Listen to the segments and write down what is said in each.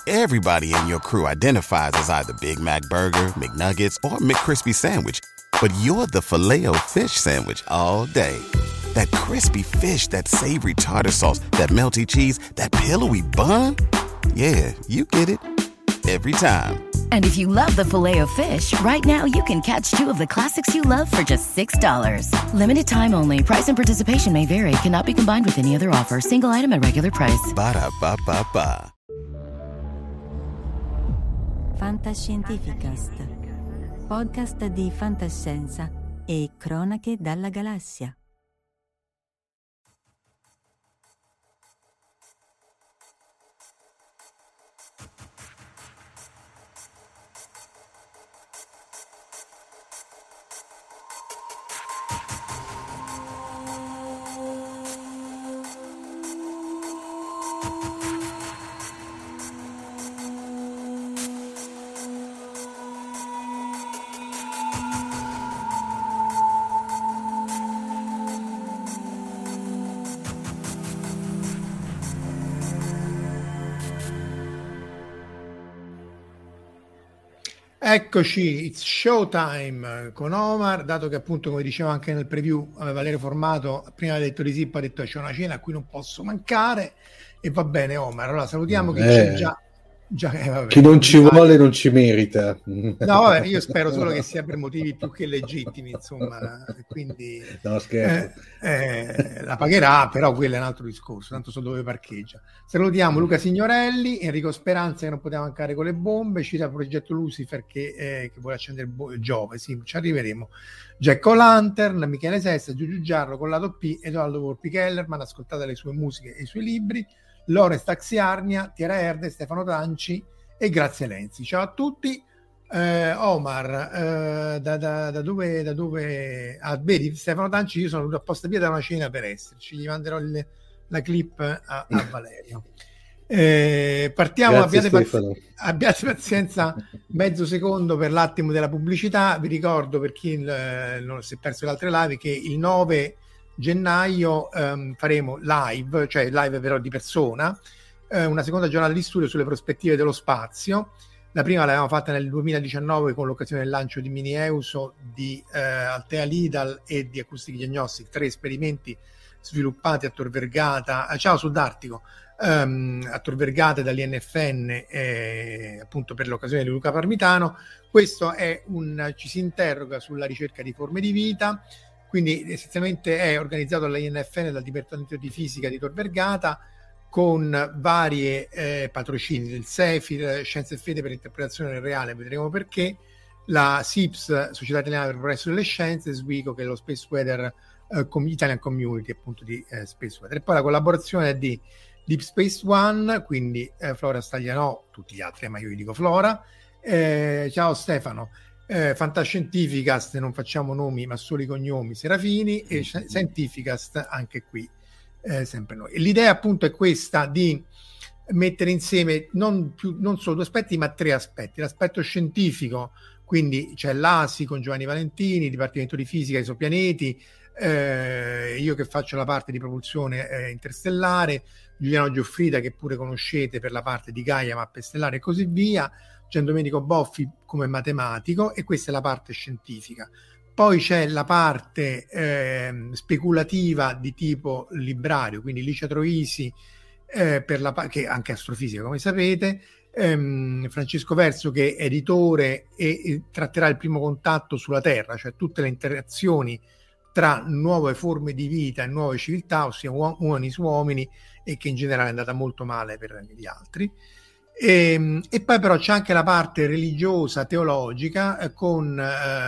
Everybody in your crew identifies as either Big Mac Burger, McNuggets, or McCrispy Sandwich. But you're the Filet-O-Fish Sandwich all day. That crispy fish, that savory tartar sauce, that melty cheese, that pillowy bun. Yeah, you get it. Every time. And if you love the Filet-O-Fish, right now you can catch two of the classics you love for just $6. Limited time only. Price and participation may vary. Cannot be combined with any other offer. Single item at regular price. Ba-da-ba-ba-ba. Fantascientificast, podcast di fantascienza e cronache dalla galassia. Eccoci, it's showtime con Omar, dato che appunto, come dicevo anche nel preview, Valerio Formato prima ha detto di sì, poi ha detto c'è una cena a cui non posso mancare, e va bene Omar, allora salutiamo chi c'è già vabbè, chi non ci vuole non ci merita. No, vabbè, io spero solo che sia per motivi più che legittimi, insomma, quindi no, scherzo. La pagherà, però quello è un altro discorso, tanto so dove parcheggia. Salutiamo Luca Signorelli, Enrico Speranza che non poteva mancare con le bombe, cita il progetto Lucifer che vuole accendere Giove, sì, ci arriveremo. Jack O'Lantern, Michele Sessa, Giugiu Giarlo con Lato P, Edoardo Volpi Kellerman, ascoltate le sue musiche e i suoi libri, Lorenz Taxiarnia, Tiera Erde, Stefano Tanci e Grazia Lenzi. Ciao a tutti. Omar, da dove vedi Stefano Tanci, io sono venuto apposta via da una cena per esserci, gli manderò la clip a Valerio. Partiamo. Abbiate pazienza, mezzo secondo per l'attimo della pubblicità. Vi ricordo, per chi non si è perso le altre live, che il 9 gennaio faremo live, cioè live però di persona, una seconda giornata di studio sulle prospettive dello spazio. La prima l'avevamo fatta nel 2019 con l'occasione del lancio di Mini Euso, di Altea Lidl e di Acoustic Diagnostic, 3 esperimenti sviluppati a Tor Vergata, ciao Sudartico, a Tor Vergata dall'INFN, appunto per l'occasione di Luca Parmitano. Questo è ci si interroga sulla ricerca di forme di vita, quindi essenzialmente è organizzato dall'INFN, dal Dipartimento di Fisica di Tor Vergata, con varie patrocini del SEFIR, Scienze e Fede per l'interpretazione del reale, vedremo perché, la SIPS, Società Italiana per il Progresso delle Scienze, SWICO, che è lo Space Weather Italian Community, appunto, di Space Weather, e poi la collaborazione di Deep Space One, quindi Flora Stagliano, tutti gli altri, ma io vi dico Flora. Ciao Stefano. Fantascientificast, non facciamo nomi ma solo i cognomi, Serafini, e Scientificast anche qui, sempre noi. E l'idea appunto è questa di mettere insieme non solo 2 aspetti ma 3 aspetti: l'aspetto scientifico, quindi c'è l'ASI con Giovanni Valentini, Dipartimento di Fisica, Esopianeti, io che faccio la parte di propulsione interstellare, Giuliano Gioffrida che pure conoscete per la parte di Gaia, mappe stellari e così via, Gian Domenico Boffi come matematico, e questa è la parte scientifica. Poi c'è la parte speculativa di tipo librario, quindi Licia Troisi, che è anche astrofisica come sapete, Francesco Verso che è editore e tratterà il primo contatto sulla Terra, cioè tutte le interazioni tra nuove forme di vita e nuove civiltà, ossia uomini su uomini, e che in generale è andata molto male per gli altri. E poi però c'è anche la parte religiosa, teologica, con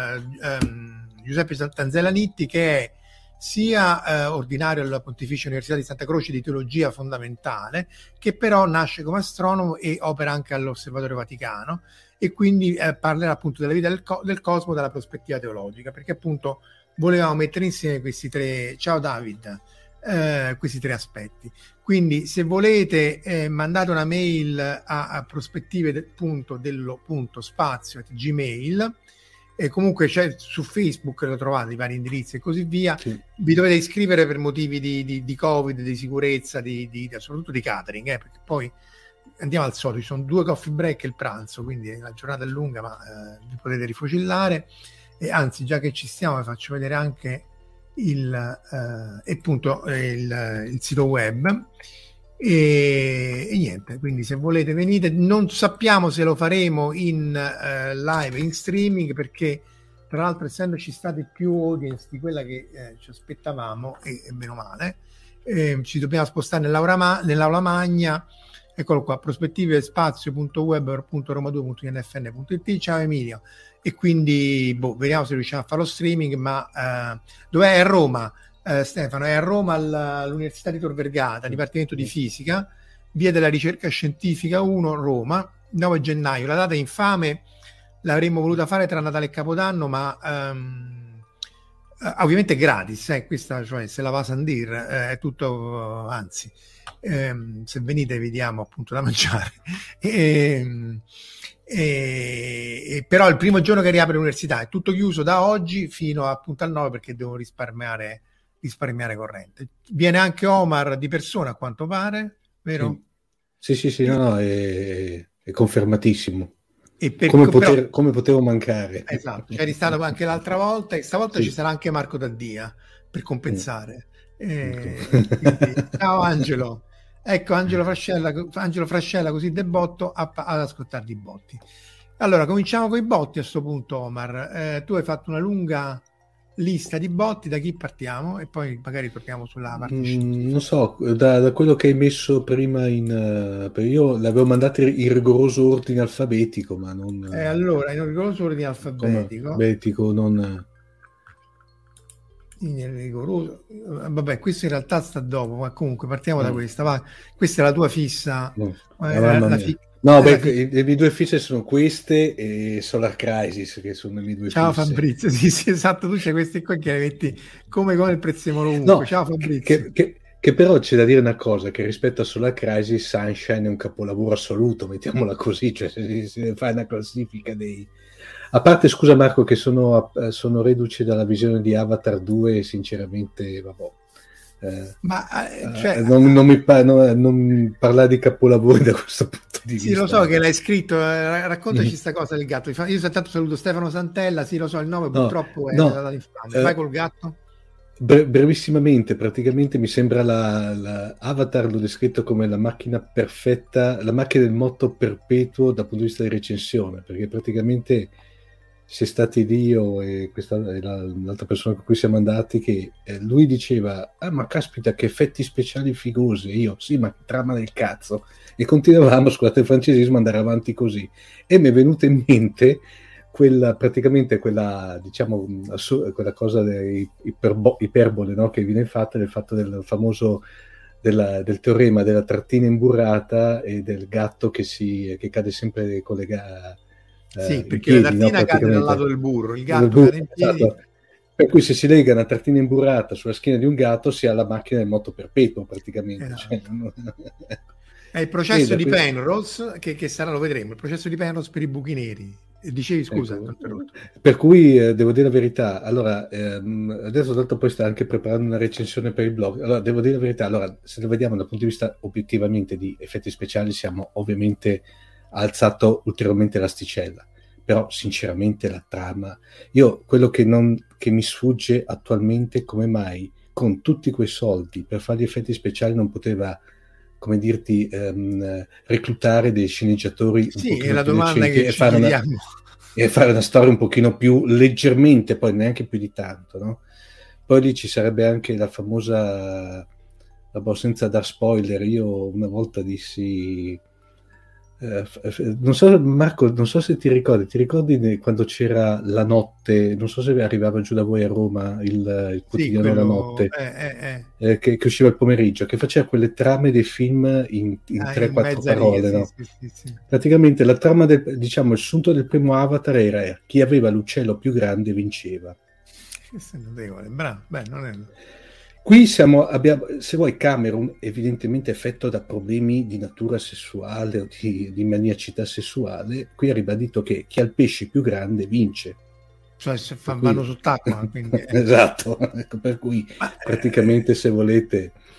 Giuseppe Tanzella-Nitti, che è sia ordinario alla Pontificia Università di Santa Croce di teologia fondamentale, che però nasce come astronomo e opera anche all'Osservatorio Vaticano, e quindi parlerà appunto della vita del cosmo dalla prospettiva teologica, perché appunto volevamo mettere insieme questi 3, ciao David, questi 3 aspetti. Quindi se volete mandate una mail a prospettive.dello.spazio@gmail, e comunque c'è su Facebook, lo trovate i vari indirizzi e così via. Sì. Vi dovete iscrivere per motivi di Covid, di sicurezza, soprattutto di catering, perché poi andiamo al solito, ci sono 2 coffee break e il pranzo, quindi la giornata è lunga, ma vi potete rifocillare. E anzi, già che ci stiamo, vi faccio vedere anche il sito web. E niente, quindi se volete venite. Non sappiamo se lo faremo in live, in streaming, perché tra l'altro essendoci stati più audience di quella che ci aspettavamo, e meno male, ci dobbiamo spostare nell'aula magna. Eccolo qua, prospettivespazio.web.roma2.infn.it. Ciao Emilio. E quindi vediamo se riusciamo a fare lo streaming, ma dov'è? A Roma. Stefano, è a Roma all'Università di Tor Vergata, Dipartimento di Fisica, via della Ricerca Scientifica 1, Roma, 9 gennaio. La data è infame, l'avremmo voluta fare tra Natale e Capodanno, ma ovviamente gratis, questa, cioè, se la va a Sandir, è tutto, anzi, se venite vi diamo appunto da mangiare. Però il primo giorno che riapre l'università è tutto chiuso da oggi fino appunto al 9, perché devo risparmiare corrente. Viene anche Omar di persona, a quanto pare, vero? Sì, no, è confermatissimo. E come potevo mancare. Esatto, c'eri stato anche l'altra volta, e stavolta ci sarà anche Marco Daddia per compensare. Quindi, ciao Angelo. Ecco, Angelo Frascella, così debotto ad ascoltare di botti. Allora, cominciamo con i botti a sto punto, Omar. Tu hai fatto una lunga lista di botti, da chi partiamo? E poi magari torniamo sulla parte non so, da quello che hai messo prima io l'avevo mandato in rigoroso ordine alfabetico, ma non... allora, in rigoroso ordine alfabetico... non... In rigoroso... Vabbè, questo in realtà sta dopo, ma comunque partiamo da questa. Va. Questa è la tua fissa. Le mie 2 fisse sono queste e Solar Crisis, che sono le mie 2 Ciao fisse. Fabrizio, sì, esatto, tu c'hai questi qua che le metti come il prezzemolo ovunque. No, ciao Fabrizio. Che però c'è da dire una cosa, che rispetto a Solar Crisis Sunshine è un capolavoro assoluto, mettiamola così, cioè se fai una classifica dei... A parte, scusa Marco, che sono reduce dalla visione di Avatar 2 e sinceramente, vabbè. Non parlare di capolavori da questo punto di vista. Sì, lo so che l'hai scritto, raccontaci sta cosa del gatto. Io soltanto saluto Stefano Santella, sì, lo so, il nome purtroppo è data l'infame. Vai col gatto. Brevissimamente, praticamente mi sembra la Avatar l'ho descritto come la macchina perfetta, la macchina del motto perpetuo dal punto di vista di recensione, perché praticamente si è stati lì io e l'altra persona con cui siamo andati, che lui diceva ma caspita che effetti speciali figosi, e io sì, ma trama del cazzo, e continuavamo, scusate il francesismo, andare avanti così, e mi è venuta in mente quella diciamo quella cosa iperbole, no? Che viene fatta del fatto del famoso del teorema della tartina imburrata e del gatto che cade sempre con le sì, perché piedi, la tartina cade dal lato del burro, il gatto cade in piedi. Esatto. Per cui se si lega una tartina imburrata sulla schiena di un gatto si ha la macchina del moto perpetuo praticamente. Esatto. È il processo di Penrose che sarà, lo vedremo, il processo di Penrose per i buchi neri. Dicevi, scusa, per cui devo dire la verità, allora adesso tanto poi sta anche preparando una recensione per il blog, allora devo dire la verità, allora se lo vediamo dal punto di vista obiettivamente di effetti speciali siamo ovviamente alzato ulteriormente l'asticella, però sinceramente la trama, io quello che mi sfugge attualmente, come mai con tutti quei soldi per fare gli effetti speciali non poteva, come dirti, reclutare dei sceneggiatori sì, è la domanda che ci chiediamo, e fare una storia un pochino più leggermente, poi neanche più di tanto, no? Poi lì ci sarebbe anche la famosa, senza dar spoiler, io una volta dissi non so Marco, non so se ti ricordi quando c'era La Notte, non so se arrivava giù da voi a Roma il quotidiano, sì, La Notte che usciva il pomeriggio, che faceva quelle trame dei film in 3-4 parole, no? Sì. Praticamente la trama diciamo il sunto del primo Avatar era chi aveva l'uccello più grande vinceva. Questo è notevole, bravo. Beh, non è... Qui abbiamo, se vuoi, Cameron evidentemente affetto da problemi di natura sessuale o di maniacità sessuale, qui ha ribadito che chi ha il pesce più grande vince. Cioè se vanno sott'acqua, quindi... Esatto, ecco, per cui praticamente se volete...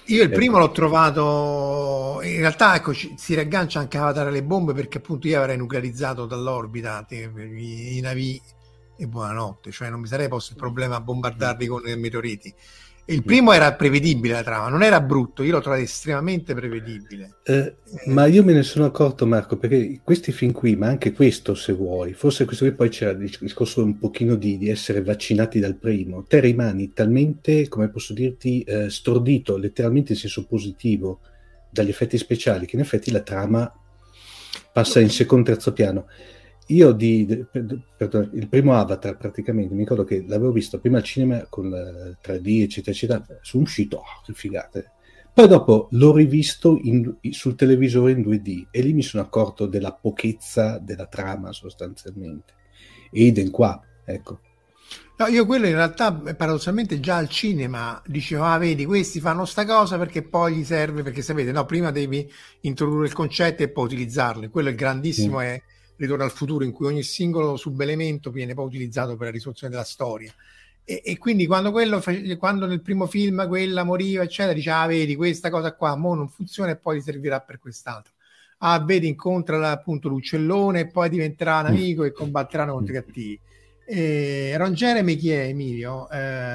Io il primo l'ho trovato, in realtà ecco, si riaggancia anche a Avatar alle bombe, perché appunto io avrei nuclearizzato dall'orbita i navi e buonanotte, cioè non mi sarei posto il problema a bombardarli con meteoriti. E il primo era prevedibile, la trama non era brutto, io l'ho trovato estremamente prevedibile. Ma io me ne sono accorto, Marco, perché questi film qui, ma anche questo se vuoi, forse questo qui, poi c'era il discorso un pochino di essere vaccinati dal primo, te rimani talmente, come posso dirti, stordito letteralmente in senso positivo dagli effetti speciali, che in effetti la trama passa in secondo terzo piano. Io il primo Avatar praticamente mi ricordo che l'avevo visto prima al cinema con la 3D eccetera eccetera, sono uscito, che figate, poi dopo l'ho rivisto sul televisore in 2D e lì mi sono accorto della pochezza della trama sostanzialmente, e idem qua, ecco. No, io quello in realtà paradossalmente già al cinema dicevo, vedi, questi fanno sta cosa perché poi gli serve, perché sapete, no, prima devi introdurre il concetto e poi utilizzarlo, quello è grandissimo, è Ritorno al futuro, in cui ogni singolo subelemento viene poi utilizzato per la risoluzione della storia, e quindi quando nel primo film quella moriva eccetera, dice vedi questa cosa qua mo non funziona e poi gli servirà per quest'altro, vedi incontra appunto l'uccellone e poi diventerà un amico e combatteranno contro i cattivi. Ron Jeremy chi è, Emilio?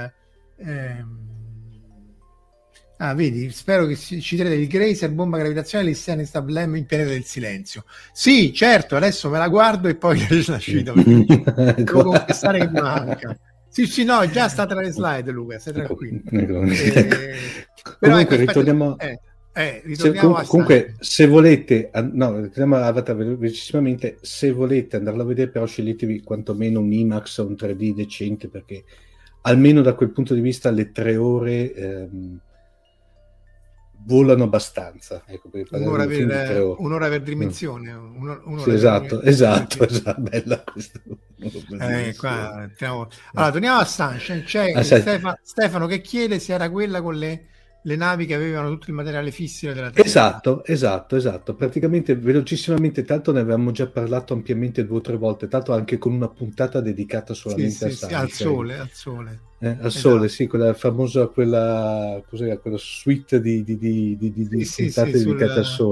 Vedi, spero che citerete il Grazer, bomba gravitazionale, l'Issiane Stablem in pianeta del silenzio. Sì, certo, adesso me la guardo e poi la cito, devo confessare che mi manca. Sì, no, è già stata nelle slide, Luca, stai tranquillo. Però comunque ritorniamo comunque se volete, ritorniamo a Avatar velocissimamente, se volete andarlo a vedere, però sceglietevi quantomeno un IMAX o un 3D decente, perché almeno da quel punto di vista le 3 ore volano abbastanza, ecco, un'ora per dimensione, sì, esatto, bella questa. Allora torniamo a Sunshine. C'è Stefano che chiede se era quella con le navi che avevano tutto il materiale fissile della Terra. Esatto, praticamente velocissimamente, tanto ne avevamo già parlato ampiamente 2 o 3 volte, tanto anche con una puntata dedicata solamente a Sunshine. Al sole al sole, sì, quella famosa, quella suite di puntate dedicate al sole.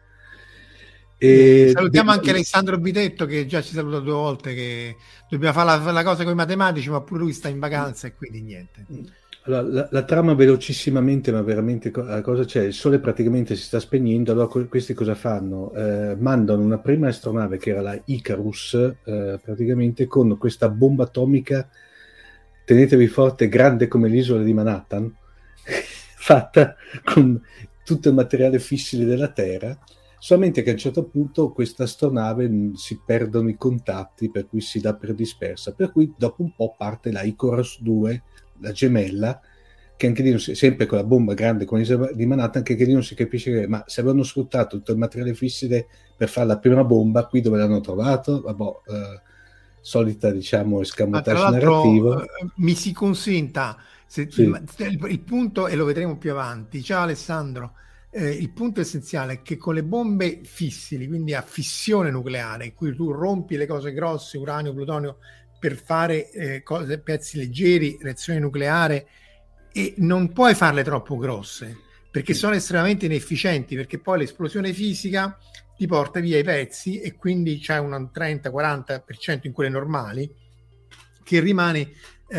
E salutiamo anche Alessandro Bitetto, che già ci saluta 2 volte, che dobbiamo fare la cosa con i matematici, ma pure lui sta in vacanza e quindi niente. Allora, la trama velocissimamente, ma veramente cosa c'è? Il sole praticamente si sta spegnendo, allora questi cosa fanno? Mandano una prima astronave che era la Icarus, praticamente con questa bomba atomica, tenetevi forte, grande come l'isola di Manhattan, fatta con tutto il materiale fissile della Terra, solamente che a un certo punto questa astronave si perdono i contatti, per cui si dà per dispersa, per cui dopo un po' parte la Icarus 2, la gemella, che anche lì sempre con la bomba grande come l'isola di Manhattan, anche lì non si capisce ma se avevano sfruttato tutto il materiale fissile per fare la prima bomba, qui dove l'hanno trovato? Solita, diciamo, escamotage narrativo. Mi si consenta il punto, e lo vedremo più avanti. Ciao Alessandro, il punto essenziale è che con le bombe fissili, quindi a fissione nucleare, in cui tu rompi le cose grosse, uranio, plutonio, per fare pezzi leggeri, reazione nucleare, e non puoi farle troppo grosse perché sono estremamente inefficienti, perché poi l'esplosione fisica ti porta via i pezzi e quindi c'è un 30-40% in quelle normali che rimane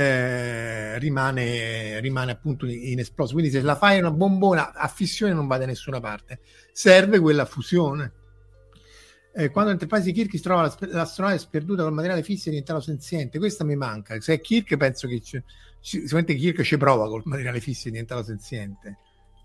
appunto inesploso. Quindi se la fai una bombona a fissione non va da nessuna parte, serve quella fusione. Quando Enterprise di Kirk si trova l'astronave sperduta col materiale fisso e diventato senziente, questa mi manca. Se è Kirk penso che sicuramente Kirk ci prova col materiale fisso e diventato senziente.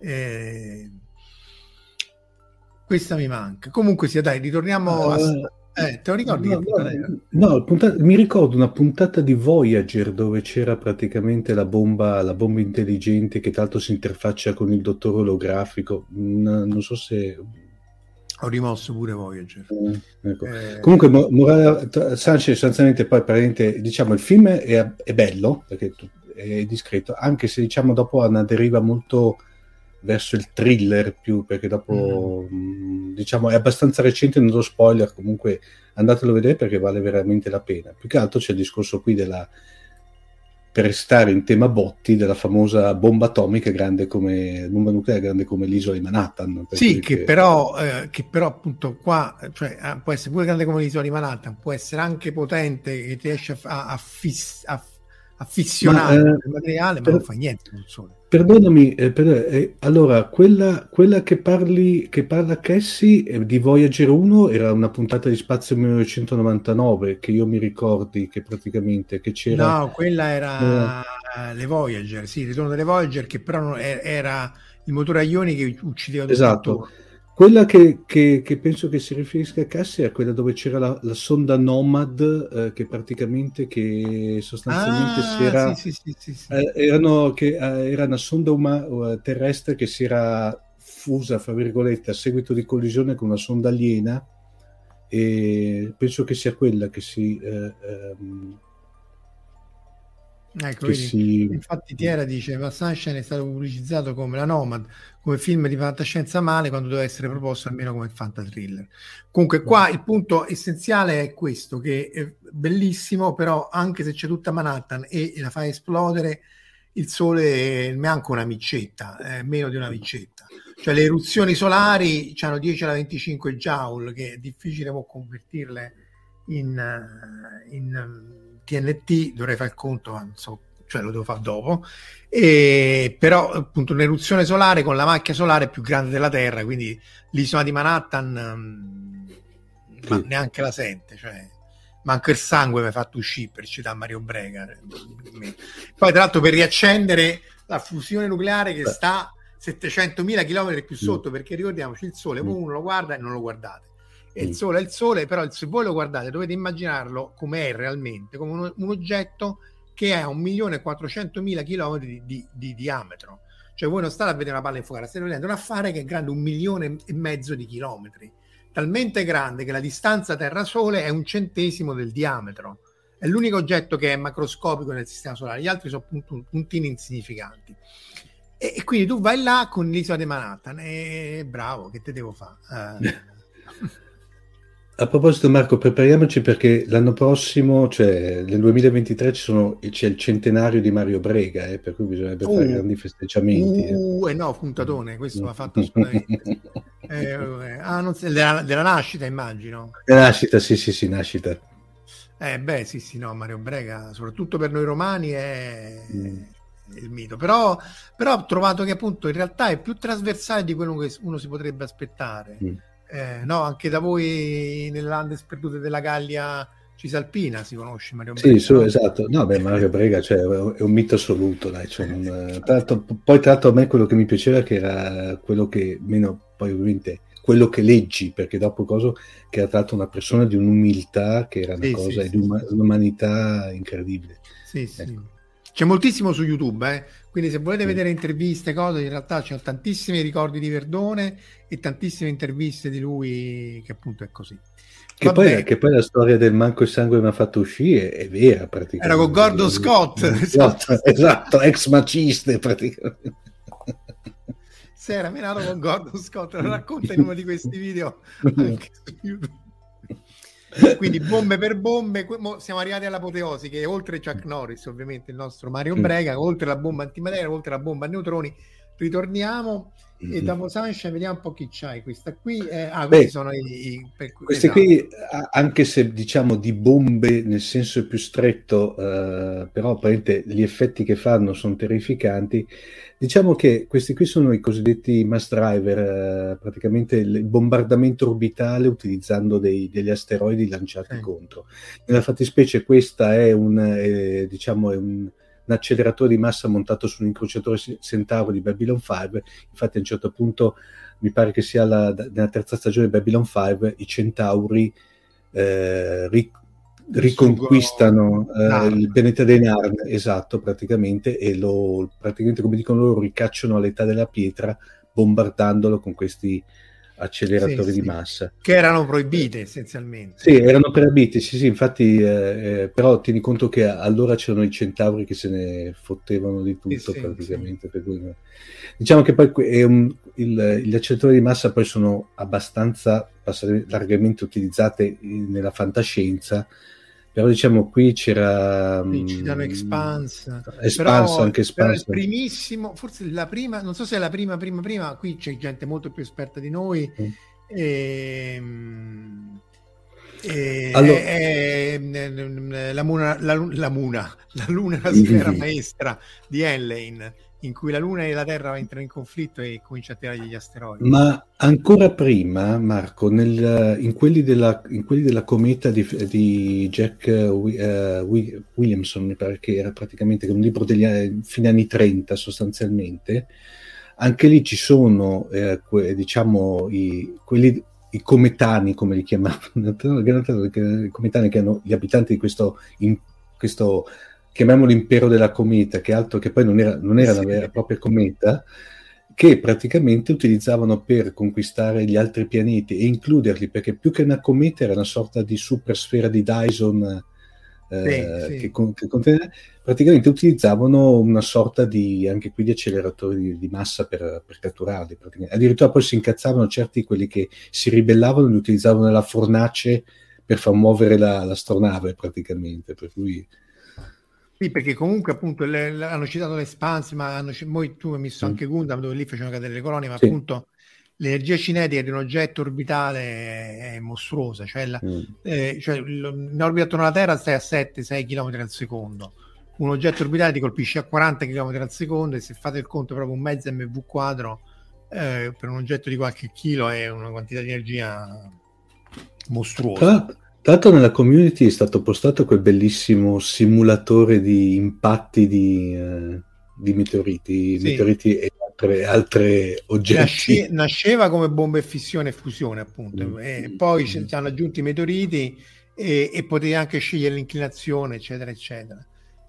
Questa mi manca. Comunque sia, dai, ritorniamo te lo ricordi? Mi ricordo una puntata di Voyager dove c'era praticamente la bomba intelligente che tra l'altro si interfaccia con il dottore olografico. Non so se ho rimosso pure Voyager. Ecco. Comunque Sanchez sostanzialmente poi praticamente, diciamo, il film è bello perché è discreto, anche se diciamo dopo ha una deriva molto verso il thriller più, perché dopo diciamo è abbastanza recente, non do spoiler, comunque andatelo a vedere perché vale veramente la pena. Più che altro c'è il discorso qui per restare in tema botti, della famosa bomba atomica bomba nucleare grande come l'isola di Manhattan. Sì, che però appunto qua, cioè, può essere pure grande come l'isola di Manhattan, può essere anche potente, che riesce a fissionare il materiale, ma non fa niente sul Sole. Perdonami, allora quella che parla Cassie di Voyager 1 era una puntata di Spazio 1999, che io mi ricordi che praticamente che c'era. No, quella era le Voyager, sì, il ritorno delle Voyager, che però era il motore a ioni che uccideva tutto. Esatto. Quella che penso che si riferisca a Cassie è quella dove c'era la sonda Nomad, che praticamente, che sostanzialmente era una sonda terrestre che si era fusa, fra virgolette, a seguito di collisione con una sonda aliena, e penso che sia quella che si... Ecco, infatti Tiera dice: ma Sunshine è stato pubblicizzato come la Nomad, come film di fantascienza male, quando doveva essere proposto almeno come fantatriller. Comunque qua il punto essenziale è questo, che è bellissimo, però anche se c'è tutta Manhattan e la fa esplodere, il Sole è neanche una micetta, è meno di una micetta. Cioè le eruzioni solari hanno 10 alla 25 joule, che è difficile convertirle in TNT, dovrei fare il conto, ma non so, cioè lo devo fare dopo. Però appunto un'eruzione solare con la macchia solare più grande della Terra, quindi l'isola di Manhattan ma neanche la sente, cioè manco il sangue mi ha fatto uscire, per citare Mario Brega. Poi tra l'altro per riaccendere la fusione nucleare che sta 700.000 km più sotto, perché ricordiamoci, il Sole uno lo guarda e non lo guardate. E il Sole è il Sole, però se voi lo guardate dovete immaginarlo come è realmente, come un oggetto che ha 1.400.000 km di diametro. Cioè voi non state a vedere una palla infuocata, state vedendo un affare che è grande 1,5 milioni di chilometri, talmente grande che la distanza Terra-Sole è 1/100 del diametro. È l'unico oggetto che è macroscopico nel sistema solare, gli altri sono puntini insignificanti. E quindi tu vai là con l'isola di Manhattan e bravo, che te devo fare? A proposito, Marco, prepariamoci, perché l'anno prossimo, cioè nel 2023, c'è il centenario di Mario Brega, per cui bisognerebbe fare grandi festeggiamenti. No, puntatone, questo va fatto assolutamente. Della nascita, immagino. Della nascita, sì, nascita. Sì, no, Mario Brega, soprattutto per noi romani, è il mito. Però ho trovato che appunto in realtà è più trasversale di quello che uno si potrebbe aspettare. No, anche da voi nelle lande sperdute della Gallia Cisalpina si conosce Mario Brega. Sì, no? Esatto. No, Mario Brega, cioè, è un mito assoluto, dai. Cioè, tra l'altro a me quello che mi piaceva, che era quello che meno, poi ovviamente quello che leggi, perché dopo che era tra l'altro una persona di un'umiltà che era una cosa di un'umanità incredibile. Sì. C'è moltissimo su YouTube, quindi se volete vedere interviste, cose, in realtà c'è tantissimi ricordi di Verdone e tantissime interviste di lui, che appunto è così. Che poi la storia del manco il sangue mi ha fatto uscire è vera, praticamente. Era con Gordon Scott. Esatto, ex maciste praticamente. Si era menato con Gordon Scott, lo racconta in uno di questi video anche su YouTube. Quindi bombe per bombe, siamo arrivati all'apoteosi, che oltre Chuck Norris, ovviamente il nostro Mario Brega, oltre la bomba antimateria, oltre la bomba a neutroni, ritorniamo e dopo Sunshine vediamo un po' chi c'hai. Questa qui questi sono questi qui, anche se diciamo di bombe nel senso più stretto, però apparentemente gli effetti che fanno sono terrificanti. Diciamo che questi qui sono i cosiddetti mass driver, praticamente il bombardamento orbitale utilizzando degli asteroidi lanciati contro. Nella fattispecie questa è un acceleratore di massa montato su un incrociatore Centauro di Babylon 5. Infatti a un certo punto, mi pare che sia nella terza stagione di Babylon 5, i Centauri riconquistano il pianeta dei Narn, esatto, praticamente, e praticamente, come dicono loro, ricacciano all'età della pietra bombardandolo con questi acceleratori di massa che erano proibiti essenzialmente. Sì, erano proibiti, sì, infatti, però tieni conto che allora c'erano i Centauri che se ne fottevano di tutto, praticamente. Per cui, diciamo che poi gli acceleratori di massa poi sono abbastanza largamente utilizzati nella fantascienza, Però diciamo qui c'era citano Expanse, anche Expanse. Però il primissimo, forse la prima, non so se è la prima, qui c'è gente molto più esperta di noi. Allora, la Luna è la sfera maestra di Henlein, in cui la Luna e la Terra entrano in conflitto e comincia a tirare gli asteroidi. Ma ancora prima, Marco, in quelli della cometa di Jack Williamson, mi pare che era praticamente un libro degli fine anni 30 sostanzialmente, anche lì ci sono diciamo i cometani, come li chiamavano, i cometani che hanno gli abitanti di questo chiamiamolo impero della cometa, che altro che poi non era una vera e propria cometa, che praticamente utilizzavano per conquistare gli altri pianeti e includerli, perché più che una cometa era una sorta di supersfera di Dyson che praticamente utilizzavano una sorta di, anche qui, di acceleratori di massa per catturarli. Addirittura poi si incazzavano certi, quelli che si ribellavano, li utilizzavano nella fornace per far muovere l'astronave praticamente, per cui... Sì, perché comunque appunto hanno citato l'Expanse, ma poi tu hai messo anche Gundam, dove lì facevano cadere le colonie, ma appunto l'energia cinetica di un oggetto orbitale è mostruosa, cioè in orbita attorno alla Terra stai a 7-6 km al secondo, un oggetto orbitale ti colpisce a 40 km al secondo, e se fate il conto proprio un mezzo MV quadro per un oggetto di qualche chilo è una quantità di energia mostruosa. Tra l'altro nella community è stato postato quel bellissimo simulatore di impatti di meteoriti e altre oggetti. Nasceva come bombe e fissione e fusione, appunto, e poi ci hanno aggiunto i meteoriti e potevi anche scegliere l'inclinazione, eccetera eccetera.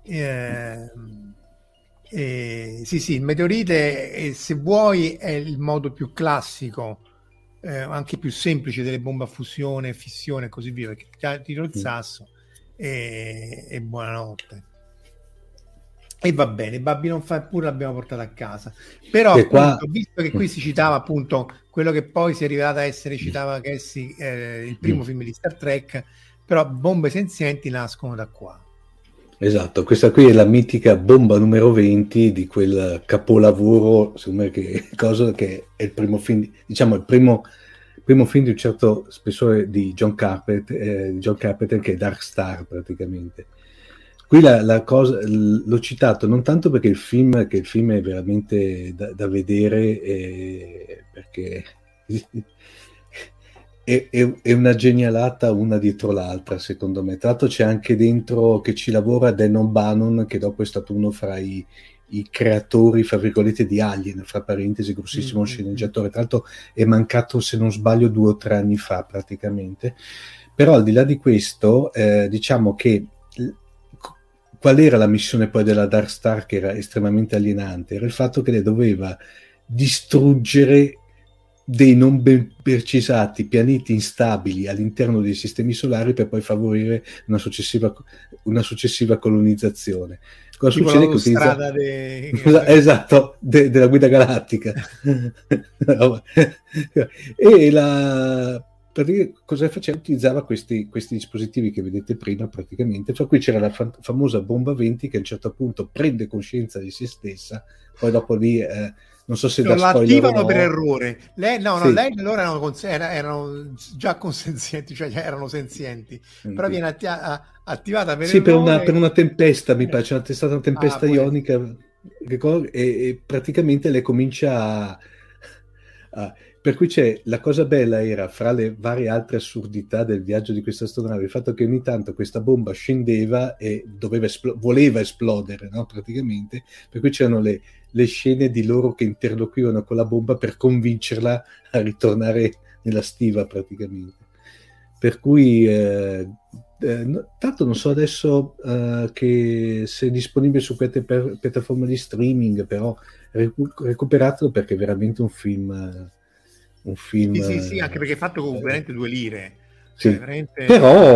Sì, il meteorite, se vuoi, è il modo più classico, anche più semplice delle bombe a fusione e fissione e così via, perché tiro il sasso e buonanotte. E va bene, Babylon 5 pure l'abbiamo portato a casa. Però appunto, visto che qui si citava appunto quello che poi si è rivelato essere, citava Cassie, il primo film di Star Trek, però bombe senzienti nascono da qua. Esatto, questa qui è la mitica bomba numero 20 di quel capolavoro, secondo me, che è il primo film, diciamo il primo film di un certo spessore di John Carpenter, che è Dark Star praticamente. Qui la cosa l'ho citato non tanto perché il film è veramente da vedere, perché è una genialata una dietro l'altra, secondo me. Tra l'altro c'è anche dentro che ci lavora Dan O'Bannon, che dopo è stato uno fra i creatori, fra virgolette, di Alien, fra parentesi, grossissimo sceneggiatore. Tra l'altro è mancato, se non sbaglio, 2 o 3 anni fa praticamente. Però al di là di questo, diciamo che qual era la missione poi della Dark Star, che era estremamente alienante? Era il fatto che lei doveva distruggere dei non ben precisati pianeti instabili all'interno dei sistemi solari per poi favorire una successiva colonizzazione. Cosa tipo succede? Che esatto, della guida galattica. E cosa faceva? Utilizzava questi dispositivi che vedete prima praticamente, fra cui c'era la famosa bomba 20 che a un certo punto prende coscienza di se stessa, poi dopo lì non so se da spoiler l'attivano no. Per errore. Lei allora erano già consenzienti, cioè erano senzienti, però viene attivata per errore. Per una tempesta, mi pare, c'è stata una tempesta ionica e praticamente lei comincia per cui la cosa bella era, fra le varie altre assurdità del viaggio di questa astronave, il fatto che ogni tanto questa bomba scendeva e voleva esplodere, no? Praticamente, per cui c'erano le scene di loro che interloquivano con la bomba per convincerla a ritornare nella stiva praticamente. Per cui tanto non so adesso che se è disponibile su queste piattaforme di streaming, però recuperatelo perché è veramente un film sì, anche perché è fatto con veramente 2 lire. Sì. Cioè, veramente...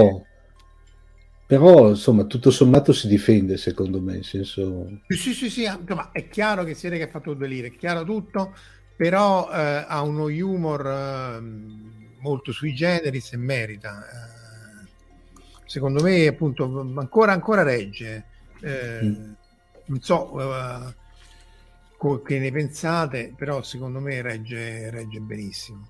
però insomma tutto sommato si difende, secondo me, nel senso... Sì, ma è chiaro che si vede che ha fatto 2 lire, è chiaro tutto, però ha uno humor molto sui generis e merita. secondo me appunto ancora regge. Non so che ne pensate, però secondo me regge benissimo.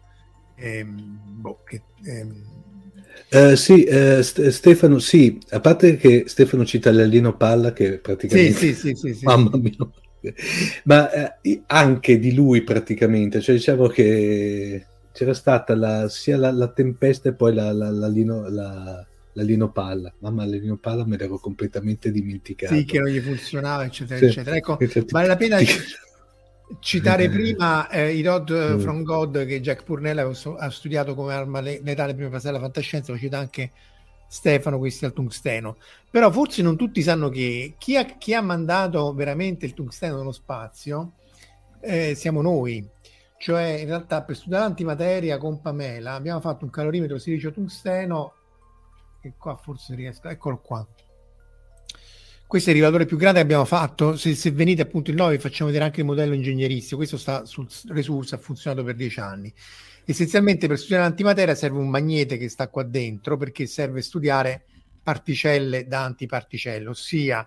Stefano, sì, a parte che Stefano cita l'Alino Palla, che praticamente sì. mamma mia, ma anche di lui praticamente, cioè diciamo che c'era stata sia la tempesta e poi l'Alino Palla. Mamma, l'Alino Palla me l'ero completamente dimenticato. Sì, che non gli funzionava, eccetera, eccetera. Ecco, vale la pena citare prima i Rod from God, che Jack Purnell ha studiato come arma letale prima di passare alla fantascienza, lo cita anche Stefano, questi al tungsteno. Però forse non tutti sanno che chi ha mandato veramente il tungsteno nello spazio siamo noi. Cioè, in realtà, per studiare l'antimateria con Pamela abbiamo fatto un calorimetro silicio tungsteno, che qua forse riesco, eccolo qua. Questo è il rivelatore più grande che abbiamo fatto. Se venite appunto il 9 vi facciamo vedere anche il modello ingegneristico. Questo sta sul Resource, ha funzionato per 10 anni. Essenzialmente per studiare l'antimateria serve un magnete che sta qua dentro, perché serve studiare particelle da antiparticelle, ossia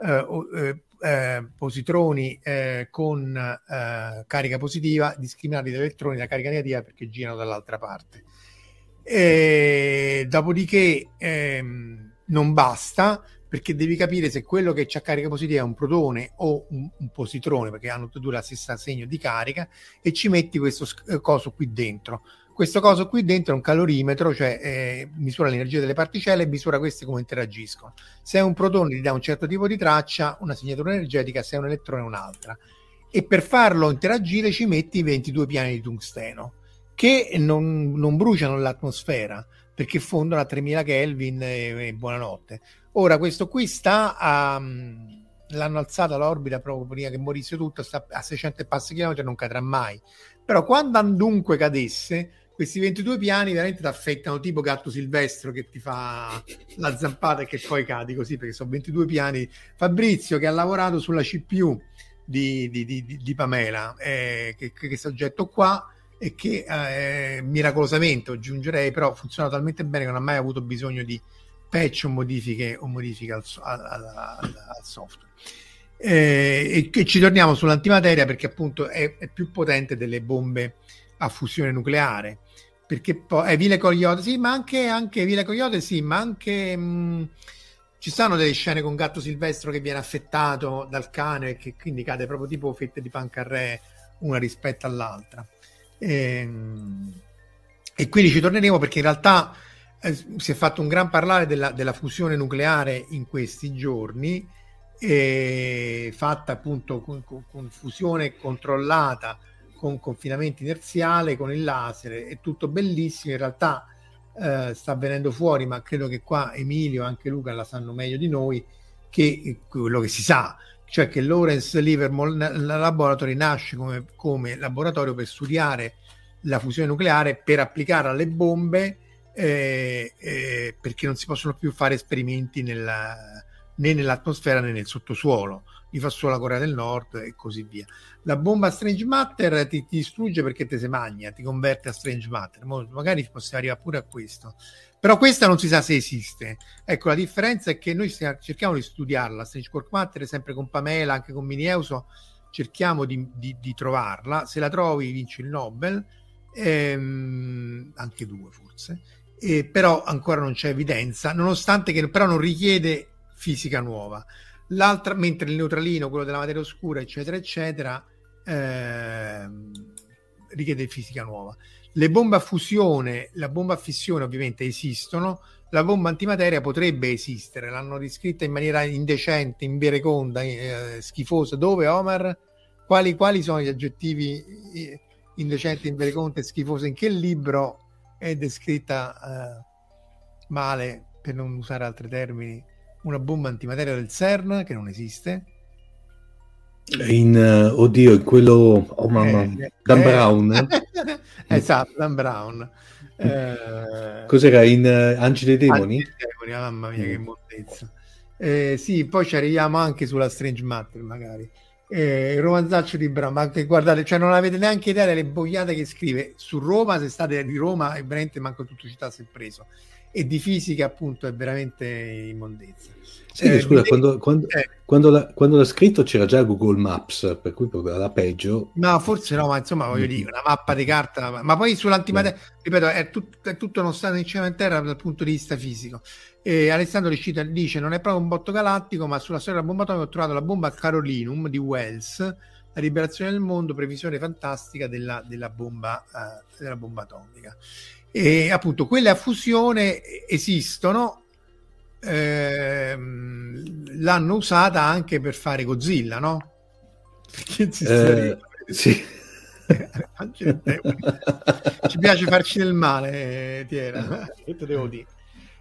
positroni con carica positiva discriminati da elettroni da carica negativa perché girano dall'altra parte. Dopodiché non basta, perché devi capire se quello che c'ha carica positiva è un protone o un positrone, perché hanno tutti e due la stessa segno di carica, e ci metti questo coso qui dentro. Questo coso qui dentro è un calorimetro, cioè misura l'energia delle particelle e misura queste come interagiscono. Se è un protone ti dà un certo tipo di traccia, una segnatura energetica, se è un elettrone un'altra. E per farlo interagire ci metti 22 piani di tungsteno, che non bruciano l'atmosfera, perché fondono a 3000 Kelvin e buonanotte. Ora questo qui l'hanno alzata all'orbita proprio prima che morisse tutto, sta a 600 e passi chilometri, non cadrà mai. Però quando andunque cadesse, questi 22 piani veramente ti affettano, tipo gatto silvestro che ti fa la zampata e che poi cadi così, perché sono 22 piani. Fabrizio, che ha lavorato sulla CPU di Pamela, che questo oggetto qua, e che miracolosamente, aggiungerei, però funziona talmente bene che non ha mai avuto bisogno di patch o modifiche al software. E che ci torniamo sull'antimateria, perché appunto è più potente delle bombe a fusione nucleare, perché poi Vile Coyote, sì, ma anche Vile Coyote, sì, ma anche ci stanno delle scene con gatto silvestro che viene affettato dal cane, che quindi cade proprio tipo fette di pancarré una rispetto all'altra. E quindi ci torneremo, perché in realtà si è fatto un gran parlare della fusione nucleare in questi giorni, fatta appunto con fusione controllata, con confinamento inerziale, con il laser, è tutto bellissimo. In realtà sta venendo fuori, ma credo che qua Emilio e anche Luca la sanno meglio di noi, che quello che si sa, cioè che Lawrence Livermore Laboratory nasce come laboratorio per studiare la fusione nucleare, per applicare alle bombe, perché non si possono più fare esperimenti né nell'atmosfera né nel sottosuolo, li fa solo la Corea del Nord e così via. La bomba Strange Matter ti distrugge perché te se magna, ti converte a Strange Matter. Magari possiamo arrivare pure a questo, però questa non si sa se esiste. Ecco, la differenza è che noi cerchiamo di studiarla, Strange Quark Matter, sempre con Pamela, anche con Minieuso, cerchiamo di trovarla. Se la trovi vinci il Nobel, anche 2 forse, però ancora non c'è evidenza, nonostante che però non richiede fisica nuova. L'altra, mentre il neutralino, quello della materia oscura, eccetera eccetera, richiede fisica nuova. Le bombe a fusione, la bomba a fissione ovviamente esistono, la bomba antimateria potrebbe esistere, l'hanno descritta in maniera indecente, invereconda, schifosa. Dove, Omar? Quali sono gli aggettivi indecente, invereconda e schifosa? In che libro è descritta male, per non usare altri termini, una bomba antimateria del CERN, che non esiste? In quello Dan Brown. Esatto, Dan Brown. Cos'era? In Angeli e Demoni? Mamma mia, che montezza. Sì, poi ci arriviamo anche sulla Strange Matter magari. il romanzaccio di Brown, ma che guardate, cioè non avete neanche idea delle boiate che scrive su Roma. Se state di Roma è veramente manco tutto città si è preso, e di fisica appunto è veramente immondezza. Sì, scusa, quando l'ha scritto c'era già Google Maps, per cui la peggio. No, forse no, ma insomma voglio dire, una mappa di carta, ma poi sull'antimateria, ripeto, è tutto non sta in cielo in terra dal punto di vista fisico. E Alessandro Riscita dice: non è proprio un botto galattico, ma sulla storia della bomba atomica ho trovato la bomba Carolinum di Wells, la liberazione del mondo, previsione fantastica della bomba atomica. E appunto quelle a fusione esistono, l'hanno usata anche per fare Godzilla, no? Perché sì. Ci piace farci del male, Tiera, che te devo dire.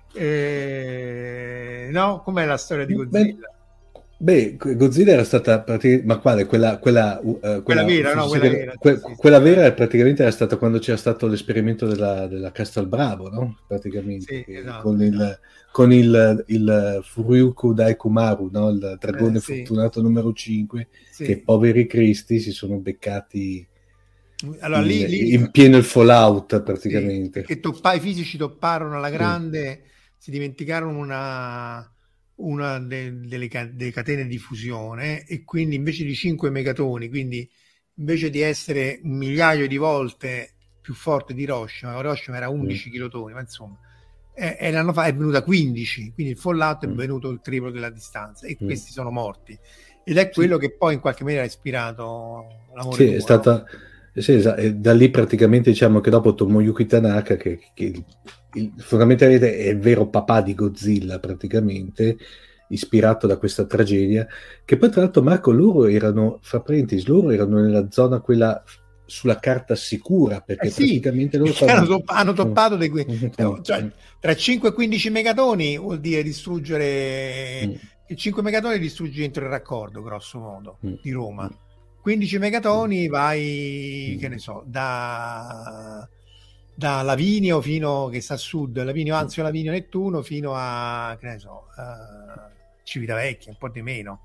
No, com'è la storia di Godzilla? Beh, Godzilla era stata ma quale? Quella vera, no? Quella vera praticamente era stata quando c'era stato l'esperimento della Castelbravo, no? Praticamente, sì, esatto, con il Furyuku Daikumaru, no? Il dragone fortunato numero 5, che poveri cristi si sono beccati lì, in pieno il Fallout praticamente. Perché i fisici topparono alla grande, si dimenticarono una delle catene di fusione, e quindi invece di 5 megatoni, quindi invece di essere 1 migliaio di volte più forte di Hiroshima era 11 kilotoni, ma insomma è venuta 15, quindi il fallout è venuto il triplo della distanza, e questi sono morti, ed è quello che poi in qualche maniera ha ispirato l'amore è stata e da lì praticamente diciamo che dopo Tomoyuki Tanaka, che fondamentalmente è il vero papà di Godzilla, praticamente ispirato da questa tragedia, che poi tra l'altro, Marco, loro erano nella zona quella sulla carta sicura, perché praticamente loro hanno toppato cioè, tra 5 e 15 megatoni vuol dire distruggere 5 megatoni distruggi entro il raccordo, grosso modo, di Roma. 15 megatoni vai, che ne so, da Lavinio fino, che sta a sud, Lavinio Nettuno, fino a, che ne so, Civitavecchia, un po' di meno.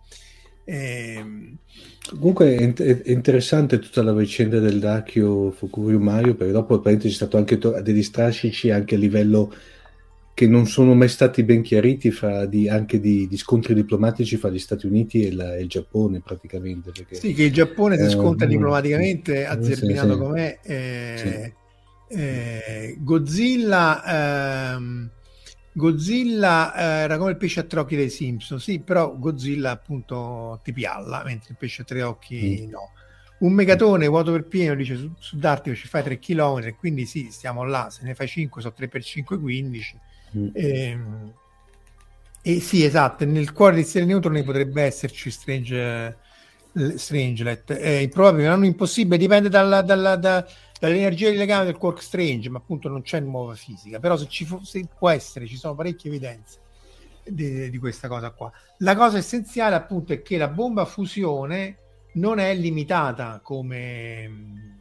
Comunque è interessante tutta la vicenda del Dakio Fukuryu Mario, perché dopo c'è stato anche degli strascici anche a livello che non sono mai stati ben chiariti, anche di scontri diplomatici fra gli Stati Uniti e il Giappone, praticamente. Perché, che il Giappone si scontra diplomaticamente, azzerbinato com'è. Godzilla era come il pesce a 3 occhi dei Simpson, però Godzilla appunto ti pialla, mentre il pesce a 3 occhi no. Un megatone vuoto per pieno, dice su D'Artico ci fai 3 km, quindi stiamo là, se ne fai 5 sono 3 per 5 15. E sì, esatto, nel cuore di stelle neutroni potrebbe esserci Strangelet. È improbabile, non impossibile, dipende dall'energia di legame del quark strange, ma appunto non c'è nuova fisica, però se può essere, ci sono parecchie evidenze di questa cosa qua. La cosa essenziale appunto è che la bomba a fusione non è limitata come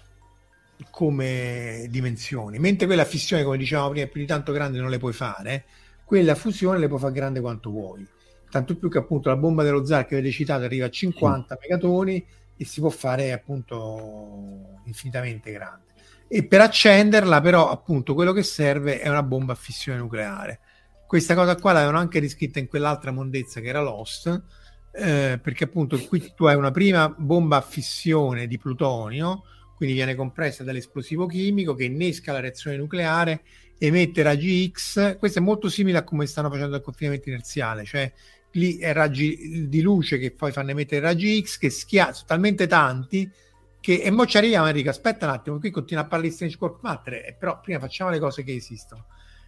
dimensioni, mentre quella a fissione, come dicevamo prima, più di tanto grande non le puoi fare, quella a fusione le puoi fare grande quanto vuoi, tanto più che appunto la bomba dello zar che avete citato arriva a 50 megatoni e si può fare appunto infinitamente grande, e per accenderla però appunto quello che serve è una bomba a fissione nucleare. Questa cosa qua l'avevano anche riscritta in quell'altra mondezza che era Lost, perché appunto qui tu hai una prima bomba a fissione di plutonio, quindi viene compressa dall'esplosivo chimico che innesca la reazione nucleare, emette raggi X. Questo è molto simile a come stanno facendo il confinamento inerziale, cioè lì è raggi di luce che poi fanno emettere raggi X che sono talmente tanti che, e mo ci arriviamo Enrico, aspetta un attimo, qui continua a parlare di strange quark matter, però prima facciamo le cose che esistono.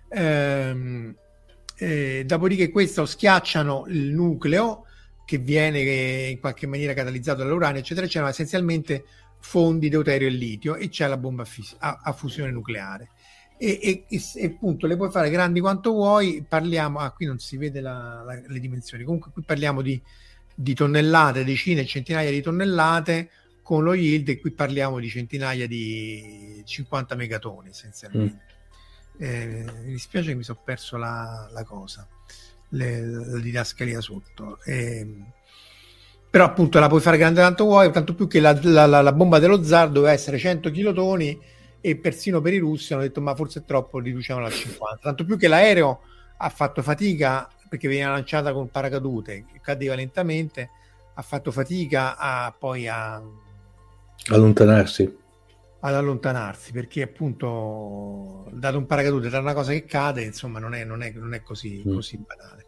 Dopodiché questo schiacciano il nucleo che viene in qualche maniera catalizzato dall'uranio eccetera eccetera, ma essenzialmente fondi deuterio e litio, e c'è la bomba a fusione nucleare, e appunto le puoi fare grandi quanto vuoi. Parliamo, qui non si vede le dimensioni, comunque qui parliamo di tonnellate, decine e centinaia di tonnellate con lo yield, e qui parliamo di centinaia di 50 megatoni essenzialmente. Mi dispiace che mi sono perso la cosa, la didascalia sotto. Però appunto la puoi fare grande tanto vuoi, tanto più che la bomba dello zar doveva essere 100 kilotoni e persino per i russi hanno detto ma forse è troppo, riduciamola a 50. Tanto più che l'aereo ha fatto fatica perché veniva lanciata con paracadute, cadeva lentamente, ha fatto fatica poi ad allontanarsi perché appunto dato un paracadute da una cosa che cade, insomma non è così banale.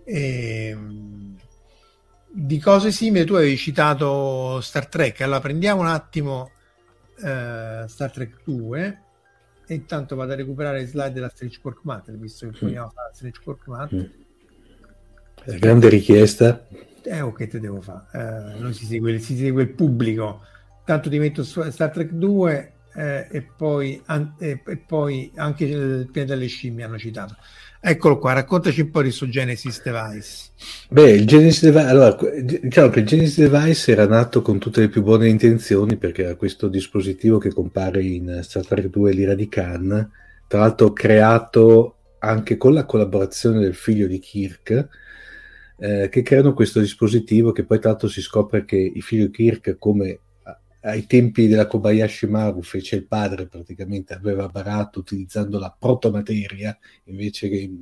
Di cose simili tu avevi citato Star Trek, allora prendiamo un attimo Star Trek 2 e intanto vado a recuperare le slide della Strange Cork visto che vogliamo fare la Strange Cork grande richiesta. Che te devo fare? Non si segue il pubblico. Tanto ti metto Star Trek 2 e poi anche il pianeta delle scimmie hanno citato. Eccolo qua, raccontaci un po' di sto Genesis Device. Beh, il Genesis Device, allora, diciamo che il Genesis Device era nato con tutte le più buone intenzioni, perché era questo dispositivo che compare in Star Trek 2 l'ira di Khan, tra l'altro creato anche con la collaborazione del figlio di Kirk, che creano questo dispositivo che poi tra l'altro si scopre che il figlio di Kirk, come ai tempi della Kobayashi Maru fece il padre, praticamente aveva barato utilizzando la protomateria invece che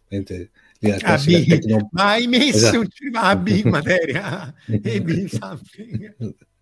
ma hai messo un Big materia e something.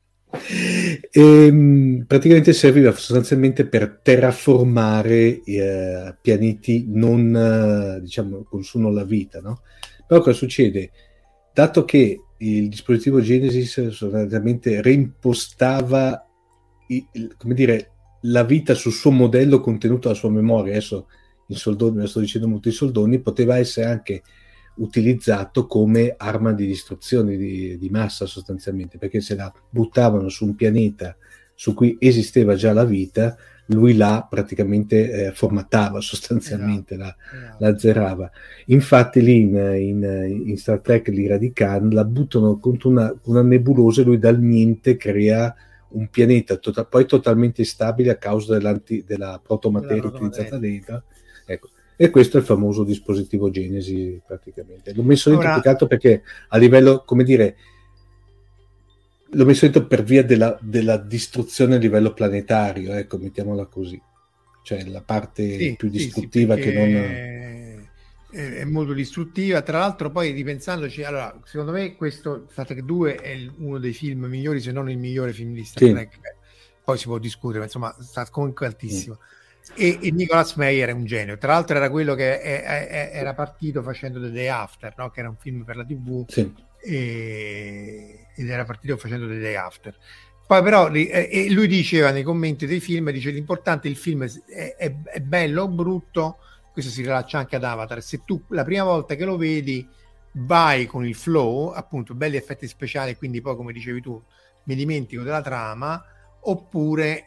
Praticamente serviva sostanzialmente per terraformare pianeti non diciamo con su non la vita, no? Però cosa succede? Dato che il dispositivo Genesis sostanzialmente reimpostava come dire, la vita sul suo modello contenuto alla sua memoria, adesso in soldoni, lo sto dicendo molto in soldoni, poteva essere anche utilizzato come arma di distruzione di massa sostanzialmente, perché se la buttavano su un pianeta su cui esisteva già la vita, lui la praticamente formattava sostanzialmente, la azzerava. Infatti lì in Star Trek l'ira di Khan la buttano contro una nebulosa e lui dal niente crea un pianeta poi totalmente instabile a causa della protomateria utilizzata dentro. Ecco. E questo è il famoso dispositivo Genesi praticamente. L'ho messo dentro più che altro perché a livello, come dire, l'ho messo dentro per via della distruzione a livello planetario, ecco, mettiamola così. Cioè la parte più distruttiva che non... È molto distruttiva. Tra l'altro poi ripensandoci, allora, secondo me questo Star Trek 2 è uno dei film migliori, se non il migliore film di Star Trek. Poi si può discutere, ma insomma sta comunque altissimo. E Nicolas Meyer è un genio, tra l'altro era quello che era partito facendo The Day After, no? Che era un film per la TV, ed era partito facendo The Day After. Poi però e lui diceva nei commenti dei film, dice l'importante il film è bello o brutto, questo si rilaccia anche ad Avatar, se tu la prima volta che lo vedi vai con il flow, appunto belli effetti speciali, quindi poi come dicevi tu mi dimentico della trama, oppure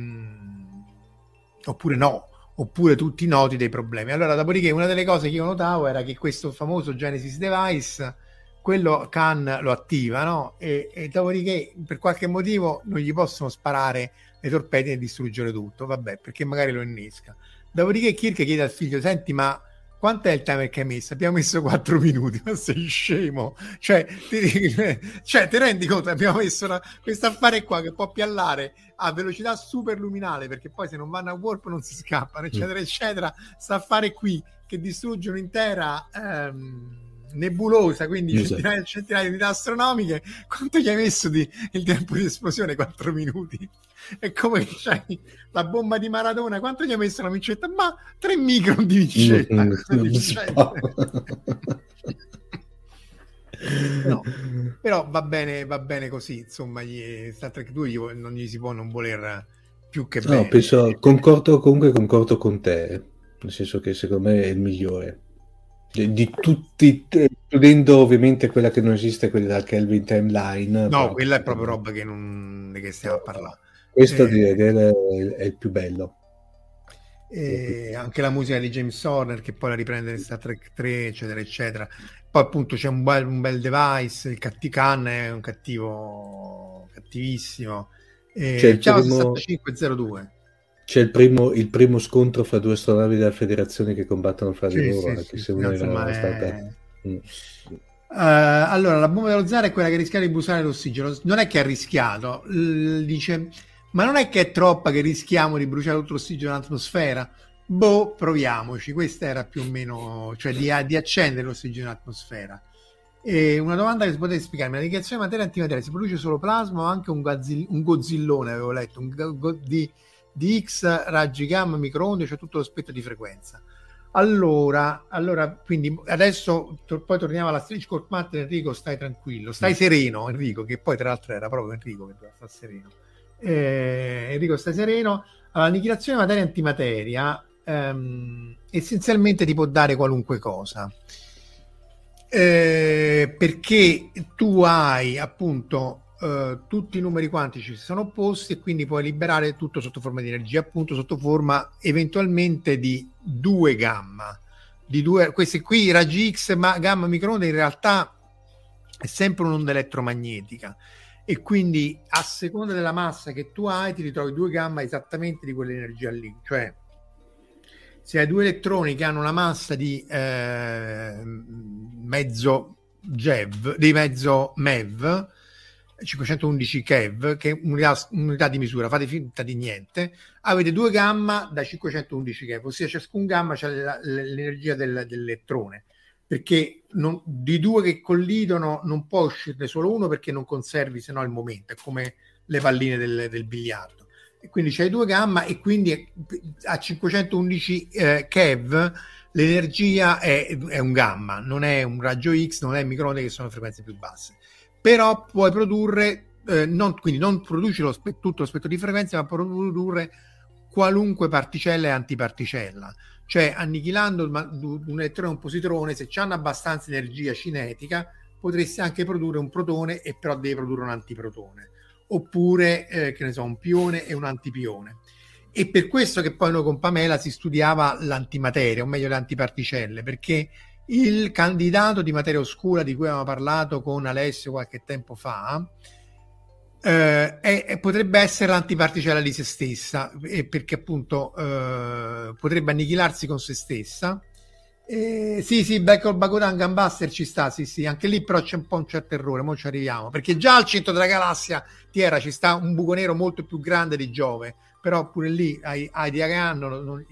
no, oppure tutti noti dei problemi. Allora, dopodiché, una delle cose che io notavo era che questo famoso Genesis Device, quello Khan lo attiva, no? E dopodiché, per qualche motivo, non gli possono sparare le torpedine e distruggere tutto, vabbè, perché magari lo innesca. Dopodiché Kirk chiede al figlio, senti, ma quanto è il timer che hai messo? Abbiamo messo 4 minuti, ma sei scemo? Cioè, ti rendi conto? Abbiamo messo questo affare qua che può piallare a velocità superluminale, perché poi se non vanno a warp non si scappano, eccetera, eccetera. Sta affare qui che distrugge un'intera nebulosa, quindi centinaia di unità astronomiche. Quanto gli hai messo il tempo di esplosione? 4 minuti. È come che c'hai la bomba di Maradona, quanto gli hai messo la micetta? Ma 3 micron di micetta. No, però va bene così, insomma. Star Trek 2 non gli si può non voler più che bene. No, concordo con te, nel senso che secondo me è il migliore di tutti, includendo ovviamente quella che non esiste, quella della Kelvin Timeline. No, quella è proprio roba che stiamo a parlare. Questo direi è il più bello. Anche la musica di James Horner che poi la riprende in Star Trek 3, eccetera eccetera. Poi appunto c'è un bel device, il Khan è un cattivissimo, c'è il Java primo... 6502. C'è il primo scontro fra due astronavi della Federazione che combattono fra di loro, che Allora, la bomba dello zar è quella che rischia di bruciare l'ossigeno. Non è che ha rischiato, dice, ma non è che è troppa che rischiamo di bruciare tutto l'ossigeno nell'atmosfera? Boh, proviamoci. Questa era più o meno, cioè di accendere l'ossigeno nell'atmosfera. E una domanda che si potete spiegarmi: la radiazione materia e antimateria si produce solo plasma o anche un gozzillone, avevo letto, di X, raggi gamma, microonde, cioè tutto lo spettro di frequenza. Allora, quindi adesso poi torniamo alla Stretch Court Matter. Enrico, stai tranquillo, stai sereno, Enrico, che poi tra l'altro era proprio Enrico che doveva stare sereno. Enrico, stai sereno. Allora, l'annichilazione materia e antimateria essenzialmente ti può dare qualunque cosa, perché tu hai appunto tutti i numeri quantici si sono opposti e quindi puoi liberare tutto sotto forma di energia, appunto sotto forma eventualmente di 2 gamma, di 2, questi qui i raggi X, ma gamma microonde in realtà è sempre un'onda elettromagnetica e quindi a seconda della massa che tu hai ti ritrovi 2 gamma esattamente di quell'energia lì. Cioè se hai 2 elettroni che hanno una massa di mezzo GeV, di mezzo MeV, 511 keV, che è unità di misura, fate finta di niente, avete 2 gamma da 511 keV, ossia ciascun gamma c'è l'energia dell'elettrone, perché di 2 che collidono non può uscirne solo uno perché non conservi sennò il momento, è come le palline del biliardo, e quindi c'hai 2 gamma e quindi a 511 keV l'energia è un gamma, non è un raggio X, non è microonde che sono frequenze più basse. Però puoi produrre, quindi non produci tutto lo spettro di frequenze, ma puoi produrre qualunque particella e antiparticella. Cioè, annichilando un elettrone e un positrone, se hanno abbastanza energia cinetica, potresti anche produrre un protone e però devi produrre un antiprotone. Oppure, che ne so, un pione e un antipione. E per questo che poi noi con Pamela si studiava l'antimateria, o meglio le antiparticelle, perché il candidato di materia oscura di cui avevamo parlato con Alessio qualche tempo fa potrebbe essere l'antiparticella di se stessa, perché appunto potrebbe annichilarsi con se stessa. Sì, Bakugan Gunbuster ci sta, sì, anche lì però c'è un po' un certo errore, mo ci arriviamo, perché già al centro della galassia ci sta un buco nero molto più grande di Giove, però pure lì ai Diagan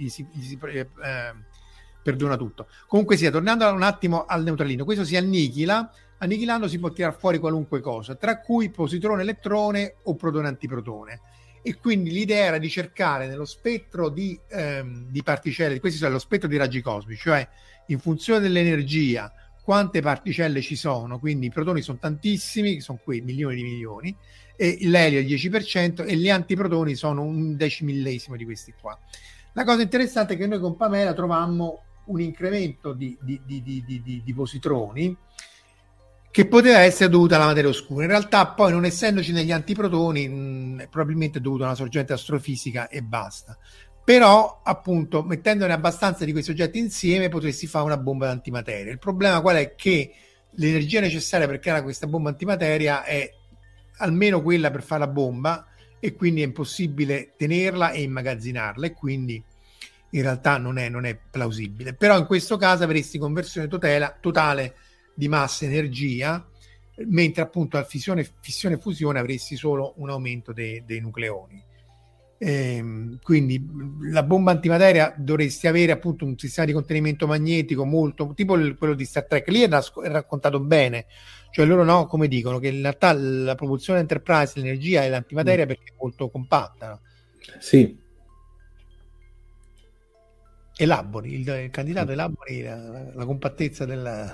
perdona tutto. Comunque sia, tornando un attimo al neutralino, questo si annichila, annichilando si può tirare fuori qualunque cosa, tra cui positrone, elettrone o protone antiprotone, e quindi l'idea era di cercare nello spettro di particelle, questi sono lo spettro di raggi cosmici, cioè in funzione dell'energia quante particelle ci sono, quindi i protoni sono tantissimi, che sono qui milioni di milioni, e l'elio il 10% e gli antiprotoni sono un decimillesimo di questi qua. La cosa interessante è che noi con Pamela trovammo un incremento di positroni che poteva essere dovuto alla materia oscura. In realtà poi, non essendoci negli antiprotoni, probabilmente è dovuto a una sorgente astrofisica e basta. Però appunto mettendone abbastanza di questi oggetti insieme potresti fare una bomba d'antimateria. Il problema qual è? Che l'energia necessaria per creare questa bomba antimateria è almeno quella per fare la bomba, e quindi è impossibile tenerla e immagazzinarla, e quindi in realtà non è plausibile. Però in questo caso avresti conversione totale di massa energia, mentre appunto al fissione e fusione avresti solo un aumento dei nucleoni. Quindi la bomba antimateria dovresti avere appunto un sistema di contenimento magnetico molto tipo quello di Star Trek. Lì è raccontato bene, cioè loro come dicono che in realtà la propulsione Enterprise, l'energia è l'antimateria perché è molto compatta, no? Sì. Elabori, il candidato elabori la compattezza della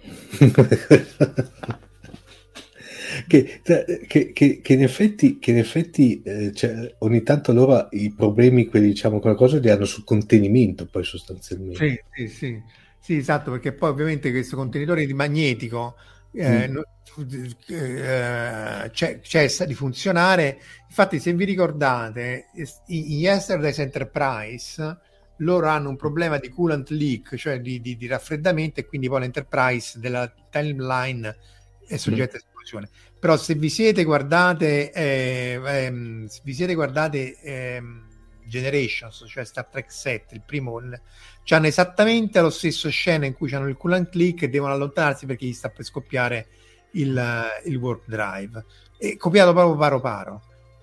che in effetti cioè, ogni tanto loro i problemi, quelli diciamo qualcosa, li hanno sul contenimento poi sostanzialmente. Sì, esatto, perché poi ovviamente questo contenitore di magnetico cessa di funzionare. Infatti, se vi ricordate, in Yesterday's Enterprise loro hanno un problema di coolant leak, cioè di raffreddamento, e quindi poi l'Enterprise della timeline è soggetta a esplosione. Però se vi siete guardate Generations, cioè Star Trek 7, il primo, c'hanno esattamente lo stesso scena in cui c'hanno il cool and click e devono allontanarsi perché gli sta per scoppiare il warp drive, e copiato proprio paro paro,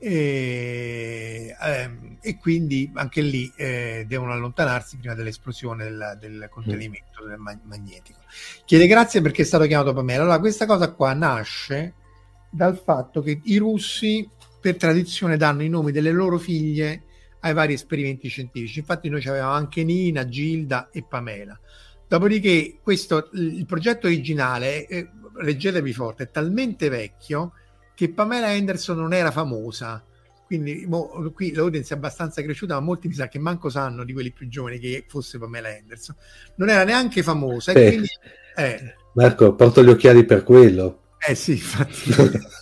e quindi anche lì devono allontanarsi prima dell'esplosione del contenimento del magnetico. Chiede grazie perché è stato chiamato Pamela. Allora, questa cosa qua nasce dal fatto che i russi per tradizione danno i nomi delle loro figlie ai vari esperimenti scientifici. Infatti noi avevamo anche Nina, Gilda e Pamela. Dopodiché il progetto originale, reggetevi forte, è talmente vecchio che Pamela Anderson non era famosa, quindi qui l'audience è abbastanza cresciuta, ma molti mi sa che manco sanno, di quelli più giovani, che fosse Pamela Anderson. Non era neanche famosa, e quindi Marco, porto gli occhiali per quello. Sì, infatti.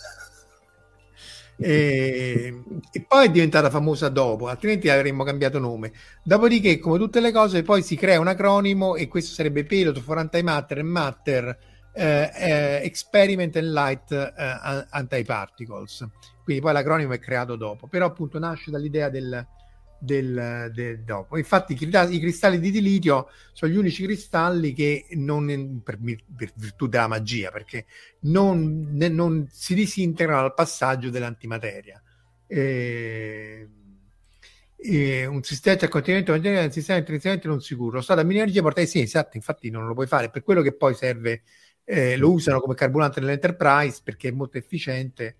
E poi è diventata famosa dopo, altrimenti avremmo cambiato nome. Dopodiché, come tutte le cose, poi si crea un acronimo, e questo sarebbe Payload for Antimatter and Matter Experiment and Light Antiparticles. Quindi poi l'acronimo è creato dopo, però appunto nasce dall'idea del dopo. Infatti i cristalli di dilitio sono gli unici cristalli che non per virtù della magia, perché non si disintegrano al passaggio dell'antimateria. Un sistema di contenimento è un sistema intrinsecamente non sicuro. Lo stato a minima energia porta sì, esatto, infatti non lo puoi fare, per quello che poi serve, lo usano come carburante nell'Enterprise perché è molto efficiente,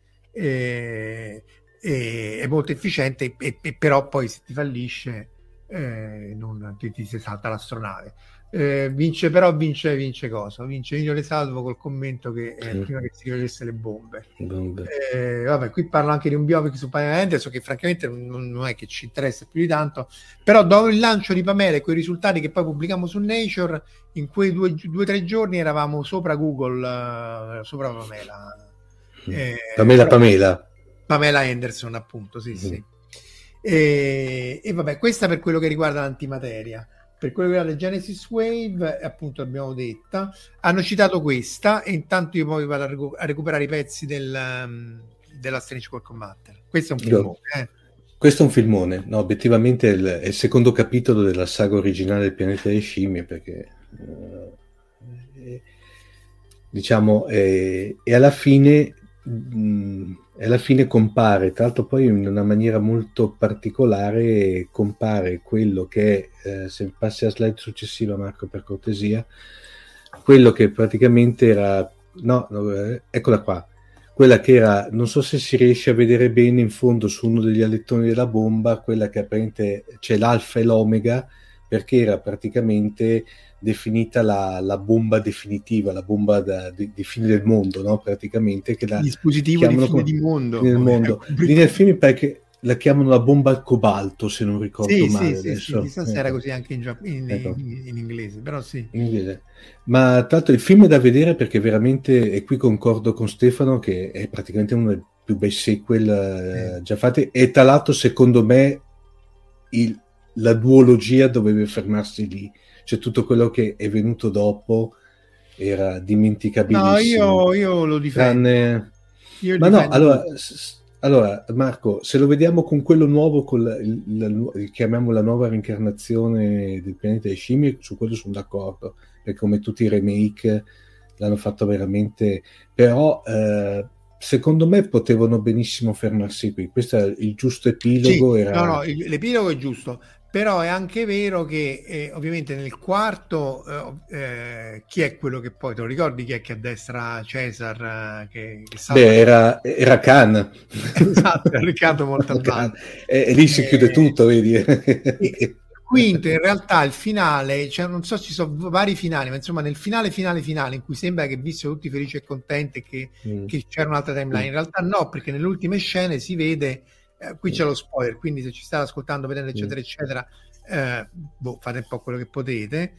è molto efficiente, e però poi se ti fallisce non ti si salta l'astronave. Vince cosa? Vince Io le salvo col commento che prima che si rivedesse le bombe. Vabbè, qui parlo anche di un biopic su Pamela Anderson che francamente non è che ci interessa più di tanto, però dopo il lancio di Pamela e quei risultati che poi pubblicamo su Nature, in quei 2 o 3 giorni eravamo sopra Google, sopra Pamela. Pamela Anderson, appunto, sì. E vabbè, questa per quello che riguarda l'antimateria. Per quello che riguarda il Genesis Wave, appunto, abbiamo detta, hanno citato questa, e intanto io poi vado a recuperare i pezzi della Strange World Commander. Questo è un filmone. Questo è un filmone, no, obiettivamente è il secondo capitolo della saga originale del Pianeta delle Scimmie, perché diciamo, e alla fine compare, tra l'altro poi in una maniera molto particolare, compare quello che se passi alla slide successiva, Marco, per cortesia, quello che praticamente era eccola qua, quella che era, non so se si riesce a vedere bene in fondo su uno degli alettoni della bomba, quella che apparentemente c'è l'alfa e l'omega, perché era praticamente definita la bomba definitiva, la bomba di fine del mondo, no? Praticamente, che il dispositivo di fine di mondo. Nel mondo. Lì nel film perché la chiamano la bomba al cobalto, se non ricordo male. Sì, chissà se era così anche in inglese, però sì. In inglese. Ma tra l'altro il film è da vedere perché veramente, e qui concordo con Stefano, che è praticamente uno dei più bei sequel già fatti, e tra l'altro secondo me la duologia doveva fermarsi lì, cioè tutto quello che è venuto dopo era dimenticabilissimo. No, io lo difendo. Allora Marco, se lo vediamo con quello nuovo, chiamiamo la nuova reincarnazione del Pianeta delle Scimmie, su quello sono d'accordo, perché come tutti i remake l'hanno fatto veramente, però secondo me potevano benissimo fermarsi qui. Questo è il giusto epilogo. L'epilogo è giusto, però è anche vero che ovviamente nel quarto chi è quello che poi, te lo ricordi chi è che a destra Cesar che era Khan. Esatto, Riccardo Montalbano, e lì si chiude tutto, vedi. Quinto, in realtà il finale, cioè non so, ci sono vari finali, ma insomma nel finale in cui sembra che vissero tutti felici e contenti e che c'era un'altra timeline, in realtà no, perché nelle ultime scene si vede, qui c'è lo spoiler, quindi se ci state ascoltando, vedendo eccetera eccetera, fate un po' quello che potete.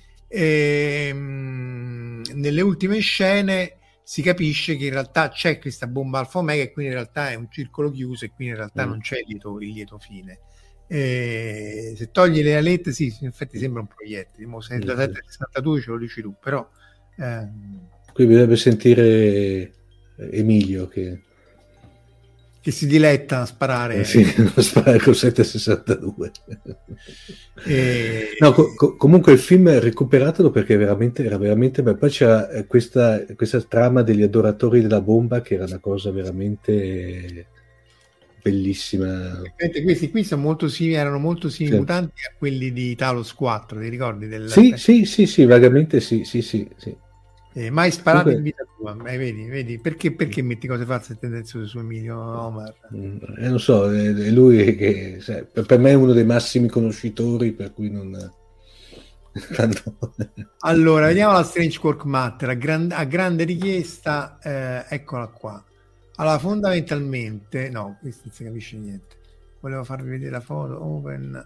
Nelle ultime scene si capisce che in realtà c'è questa bomba alfa omega, e quindi in realtà è un circolo chiuso, e quindi in realtà non c'è il lieto fine. Se togli le alette, sì, in effetti sembra un proiettile. 762 ce lo dici tu, però qui bisognerebbe sentire Emilio che che si diletta a sparare. Sì, sparare col 762. No, comunque il film recuperatelo perché era veramente bello. Poi c'era questa trama degli adoratori della bomba che era una cosa veramente bellissima. Questi qui sono molto simili, erano molto simili, sì, mutanti a quelli di Talos 4, ti ricordi? Sì, vagamente sì. Mai sparato in vita tua, vedi perché metti cose false e tendenziose su Emilio Omar? Non so, è lui che per me è uno dei massimi conoscitori, per cui non Allora vediamo la Strange Quark Matter a grande richiesta, eccola qua. Allora fondamentalmente questo non si capisce niente, volevo farvi vedere la foto, open,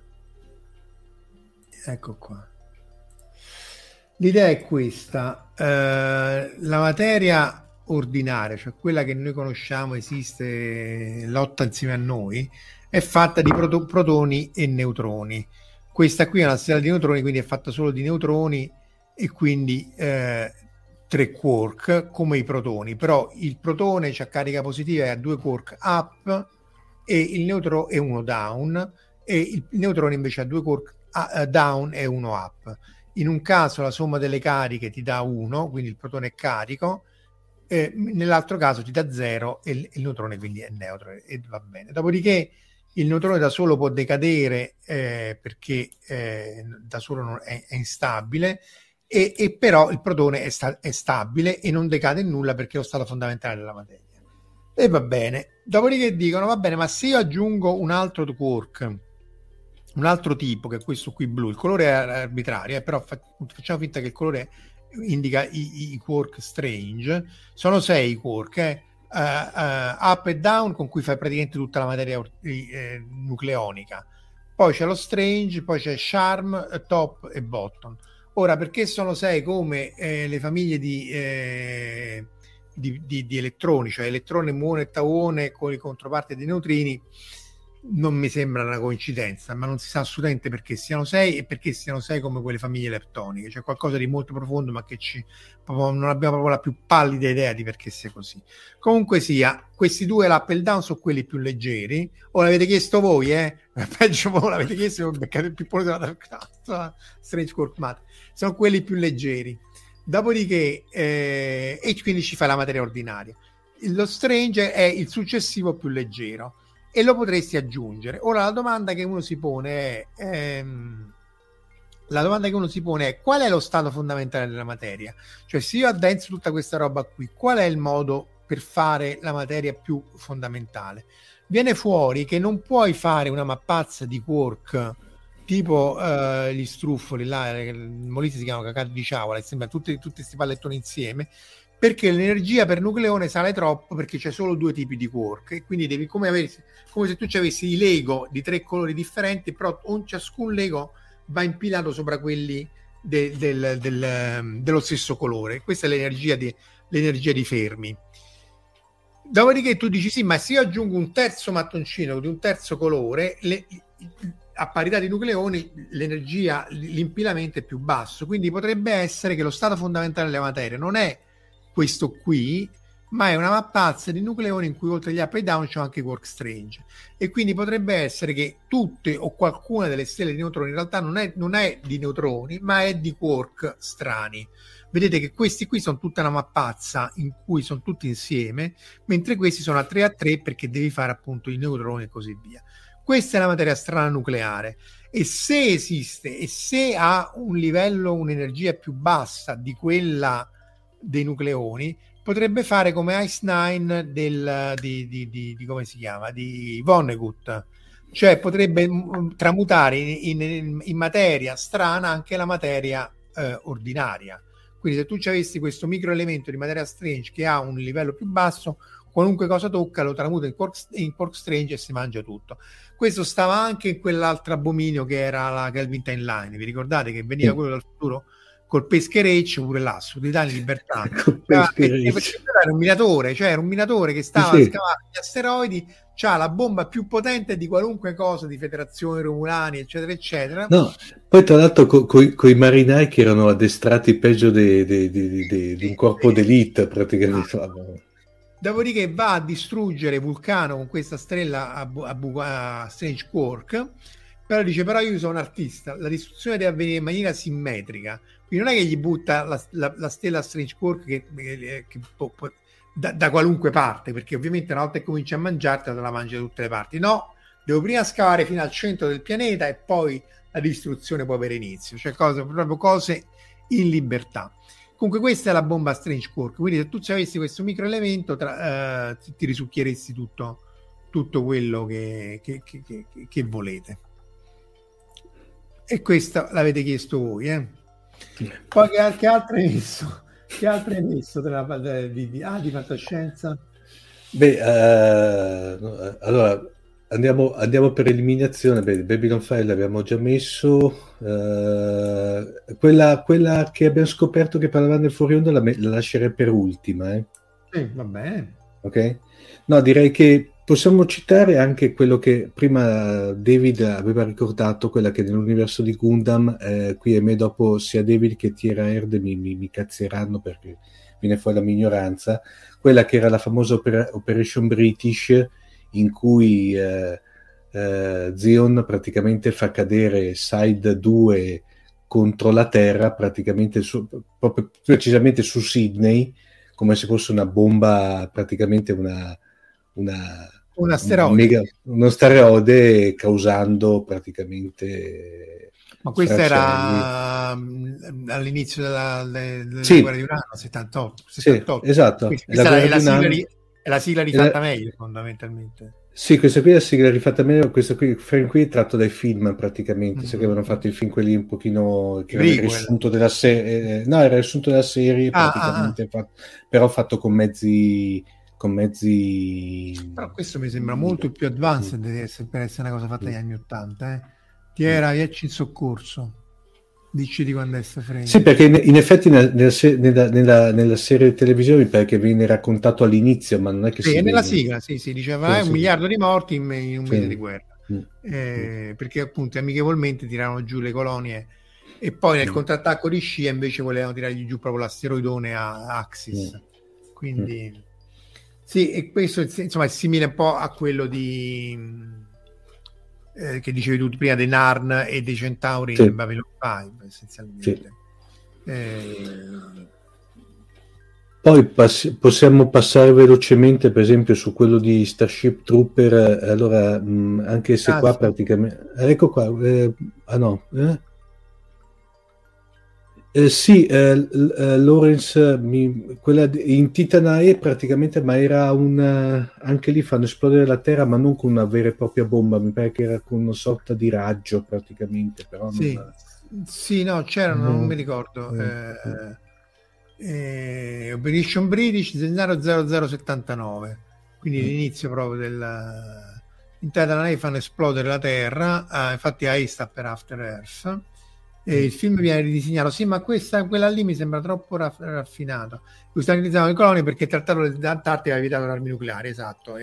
ecco qua. L'idea è questa, la materia ordinaria, cioè quella che noi conosciamo, esiste, lotta insieme a noi, è fatta di protoni e neutroni. Questa qui è una stella di neutroni, quindi è fatta solo di neutroni e quindi 3 quark come i protoni, però il protone c'ha carica positiva e ha 2 quark up e il neutrone è 1 down e il neutrone invece ha 2 quark down e 1 up. In un caso la somma delle cariche ti dà 1, quindi il protone è carico, nell'altro caso ti dà 0 e il neutrone quindi è neutro e va bene. Dopodiché il neutrone da solo può decadere perché da solo è instabile e però il protone è stabile e non decade in nulla perché è lo stato fondamentale della materia. E va bene. Dopodiché dicono, va bene, ma se io aggiungo un altro quark, un altro tipo, che è questo qui blu, il colore è arbitrario, però facciamo finta che il colore indica i quark strange, sono 6 quark, up e down, con cui fai praticamente tutta la materia nucleonica. Poi c'è lo strange, poi c'è charm, top e bottom. Ora, perché sono 6 come le famiglie di elettroni, cioè elettrone, muone e tauone con le controparti dei neutrini, non mi sembra una coincidenza, ma non si sa assolutamente perché siano 6 e perché siano 6 come quelle famiglie leptoniche. C'è qualcosa di molto profondo, ma che non abbiamo proprio la più pallida idea di perché sia così. Comunque sia, questi due l'up e il down sono quelli più leggeri. O l'avete chiesto voi, peggio voi l'avete chiesto, perché più della Strange Quark Matter. Sono quelli più leggeri. Dopodiché, e quindi ci fa la materia ordinaria. Lo strange è il successivo più leggero. E lo potresti aggiungere. Ora la domanda che uno si pone è qual è lo stato fondamentale della materia? Cioè, se io addenso tutta questa roba qui, qual è il modo per fare la materia più fondamentale? Viene fuori che non puoi fare una mappazza di quark tipo gli struffoli là, il molise si chiama cacao di ciaola, e sembra tutti questi pallettoni insieme, perché l'energia per nucleone sale troppo, perché c'è solo 2 tipi di quark e quindi devi come se tu ci avessi i Lego di 3 colori differenti, però ciascun Lego va impilato sopra quelli dello stesso colore. Questa è l'energia di Fermi. Dopodiché tu dici sì, ma se io aggiungo un terzo mattoncino di un terzo colore, a parità di nucleoni l'energia, l'impilamento è più basso, quindi potrebbe essere che lo stato fondamentale della materia non è questo qui, ma è una mappazza di nucleoni in cui oltre agli up e down c'è anche quark strange, e quindi potrebbe essere che tutte o qualcuna delle stelle di neutroni in realtà non è di neutroni, ma è di quark strani. Vedete che questi qui sono tutta una mappazza in cui sono tutti insieme, mentre questi sono a 3 perché devi fare appunto i neutroni e così via. Questa è la materia strana nucleare, e se esiste e se ha un livello, un'energia più bassa di quella dei nucleoni, potrebbe fare come Ice Nine di come si chiama, di Vonnegut, cioè potrebbe tramutare in materia strana anche la materia ordinaria. Quindi se tu ci avessi questo microelemento di materia strange che ha un livello più basso, qualunque cosa tocca lo tramuta in quark strange e si mangia tutto. Questo stava anche in quell'altro abominio che era la Kelvin Timeline, vi ricordate che veniva quello dal futuro col Peschereccio, pure là, assurdità in libertà. Era un minatore, cioè era un minatore che stava a scavare gli asteroidi, c'ha la bomba più potente di qualunque cosa di Federazione Romulani, eccetera, eccetera. No, poi tra l'altro coi marinai che erano addestrati peggio di un corpo d'elite, praticamente. Dopodiché va a distruggere Vulcano con questa stella a Strange Quark, però dice: però io sono un artista, la distruzione deve avvenire in maniera simmetrica, quindi non è che gli butta la stella a Strange Quark che da qualunque parte, perché ovviamente una volta che comincia a mangiartela la mangia da tutte le parti. No, devo prima scavare fino al centro del pianeta e poi la distruzione può avere inizio, cioè proprio cose in libertà. Comunque questa è la bomba Strange Quark, quindi se tu avessi questo microelemento ti risucchieresti tutto quello che volete. E questo l'avete chiesto voi, Poi che altre hai messo? Che altre hai messo di fantascienza? Beh, allora andiamo per eliminazione. Beh, Babylon 5 l'abbiamo già messo. Quella che abbiamo scoperto che parlavamo nel fuori onda la lascerei per ultima. Sì, va bene. Ok? No, direi che possiamo citare anche quello che prima David aveva ricordato, quella che nell'universo di Gundam, qui a me dopo sia David che Tierra Erd mi cazzieranno perché viene fuori la mia ignoranza, quella che era la famosa Operation British, in cui Zeon praticamente fa cadere Side 2 contro la Terra, praticamente proprio precisamente su Sydney, come se fosse una bomba, praticamente un asteroide, uno asteroide, causando praticamente. Ma questa era all'inizio della sì, guerra di Urano, 78. Sì, esatto. Questa è la sigla rifatta meglio, fondamentalmente. Sì, questa qui è la sigla rifatta meglio. Questo frame qui è tratto dai film, praticamente. Sai che avevano fatto il film quelli un pochino che era il riassunto della serie. No, era il riassunto della serie, praticamente, però fatto con mezzi. Però questo mi sembra molto più advanced per essere una cosa fatta negli anni 80. Tierra, viacci in soccorso. Dici di quando è sta frame. Sì, perché in effetti nella serie televisione mi pare che viene raccontato all'inizio, ma non è che sì, nella sigla, sì, diceva 1 miliardo di morti in un mese di guerra. Perché appunto amichevolmente tiravano giù le colonie e poi nel contrattacco di Scia invece volevano tirargli giù proprio l'asteroidone a Axis. Quindi sì, e questo insomma è simile un po' a quello che dicevi tu prima dei Narn e dei Centauri in Babylon 5 essenzialmente. Poi possiamo passare velocemente per esempio su quello di Starship Trooper. Allora anche se qua praticamente ecco qua sì, Lawrence, quella in Titanae praticamente, ma era anche lì fanno esplodere la Terra, ma non con una vera e propria bomba, mi pare che era con una sorta di raggio praticamente, però sì, no, c'erano, non mi ricordo. Operation British Zenzaro 0079, quindi l'inizio proprio in Titanae fanno esplodere la Terra, infatti A sta per After Earth. Il film viene ridisegnato, sì, ma quella lì mi sembra troppo raffinata. Utilizzavano le colonie perché il trattato dell'Antartide aveva evitato le armi nucleari, esatto.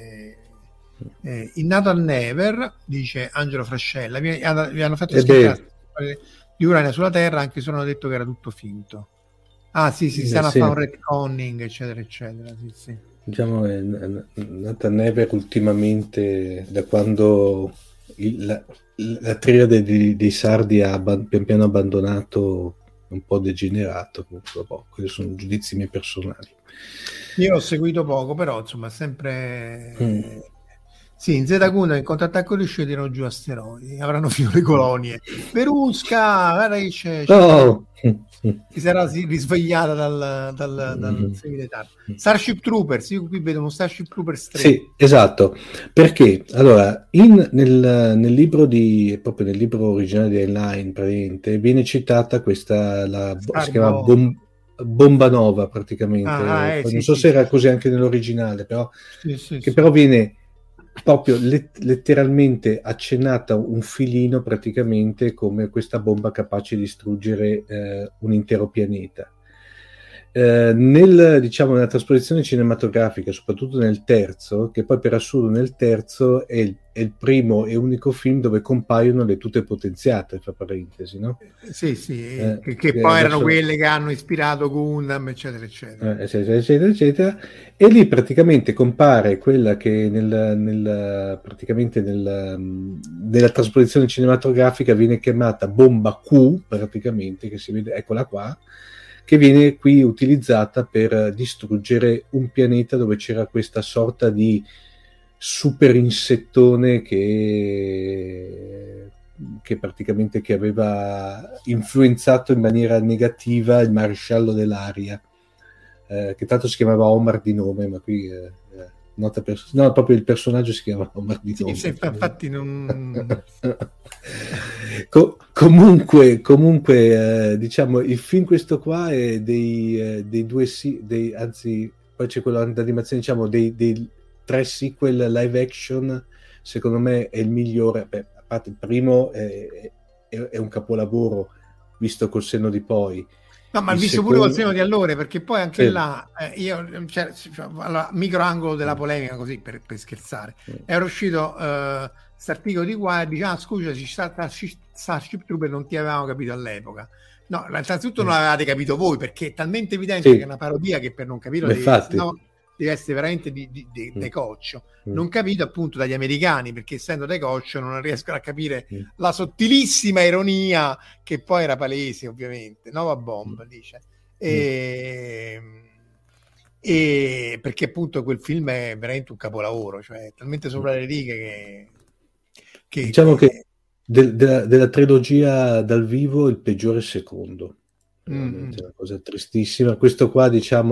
In Nathan Never, dice Angelo Frascella, vi hanno fatto schiacciare di Urania sulla Terra, anche se non hanno detto che era tutto finto. Sì, stanno a fare un retconning, eccetera, eccetera. Sì. Diciamo Nathan Never ultimamente, da quando la triade dei sardi ha pian piano abbandonato, un po' degenerato, quelli sono giudizi miei personali. Io l'ho seguito poco, però insomma sempre sì, in Zeta-Gundam in contrattacco riuscito tirano giù asteroidi, avranno finito le colonie. Perusca, guarda che c'è. Si sarà risvegliata dal semi-letargo. Starship Troopers, io qui vedo uno Starship Troopers 3. Sì, esatto, perché allora nel libro proprio nel libro originale di Heinlein praticamente viene citata questa si chiama Bomba Nova praticamente, non so se era così anche nell'originale, però però viene proprio letteralmente accennata un filino praticamente come questa bomba capace di distruggere un intero pianeta. nella trasposizione cinematografica, soprattutto nel terzo, che poi per assurdo nel terzo è il primo e unico film dove compaiono le tute potenziate, fra parentesi, no? Sì, che poi erano quelle che hanno ispirato Gundam, eccetera, eccetera. E lì praticamente compare quella che nella trasposizione cinematografica viene chiamata bomba Q, praticamente, che si vede, eccola qua, che viene qui utilizzata per distruggere un pianeta dove c'era questa sorta di super insettone che praticamente che aveva influenzato in maniera negativa il maresciallo dell'aria, che tanto si chiamava Omar di nome, ma qui proprio il personaggio si chiama Omar di nome. Sì, infatti non... Comunque il film questo qua è anzi poi c'è quello d'animazione, dei 3 sequel live action, secondo me è il migliore. A parte il primo è un capolavoro visto col senno di poi. No, ma visto pure col senno di allora, perché poi anche là allora, micro angolo della polemica, così per scherzare, era uscito quest'articolo di qua e dice: scusa, Starship Trooper non ti avevamo capito all'epoca. No, innanzitutto non l'avevate capito voi, perché è talmente evidente che è una parodia che per non capirlo deve essere veramente di coccio. Non capito appunto dagli americani, perché essendo de coccio non riescono a capire la sottilissima ironia, che poi era palese, ovviamente. Nova Bomb dice e perché appunto quel film è veramente un capolavoro, cioè talmente sopra le righe che della trilogia dal vivo il peggiore secondo. È una cosa tristissima. Questo qua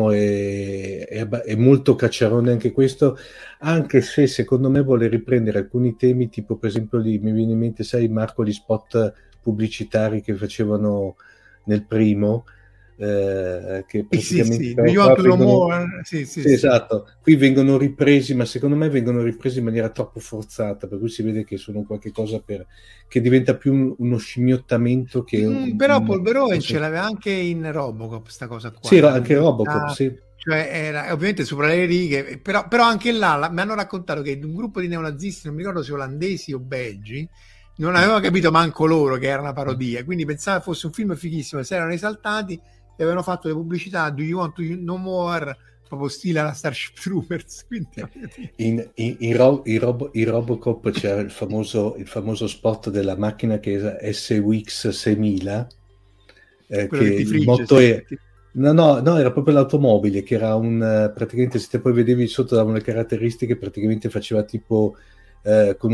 è molto cacciarone anche questo, anche se secondo me vuole riprendere alcuni temi, tipo per esempio lì mi viene in mente, sai Marco, gli spot pubblicitari che facevano nel primo, che praticamente esatto, qui vengono ripresi, ma secondo me vengono ripresi in maniera troppo forzata, per cui si vede che sono qualche cosa che diventa più uno scimmiottamento che però Polverone ce l'aveva anche in Robocop sta cosa qua, anche Robocop cioè era ovviamente sopra le righe, però anche là mi hanno raccontato che un gruppo di neonazisti, non mi ricordo se olandesi o belgi, non avevano capito manco loro che era una parodia, quindi pensava fosse un film fighissimo, si erano esaltati e avevano fatto le pubblicità Do You Want to Know More, proprio stile alla Starship Troopers. Quindi... in Robocop c'era il famoso spot della macchina che era SWX 6000, che il motto è no, era proprio l'automobile, che era praticamente, se te poi vedevi sotto davano le caratteristiche, praticamente faceva tipo con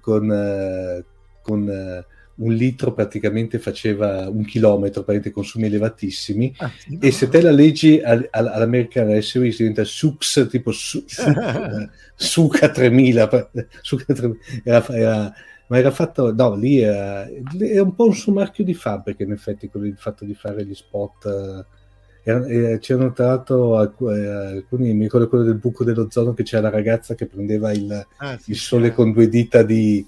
un litro praticamente faceva 1 chilometro, praticamente consumi elevatissimi, e se te la leggi all'americana SUV diventa SUX, tipo Suca 3000, ma era fatto, no, lì è un po' un suo marchio di fabbrica, in effetti, quello il fatto di fare gli spot. C'erano tra l'altro alcuni, mi ricordo quello del buco dell'ozono, che c'era la ragazza che prendeva il sole con 2 dita di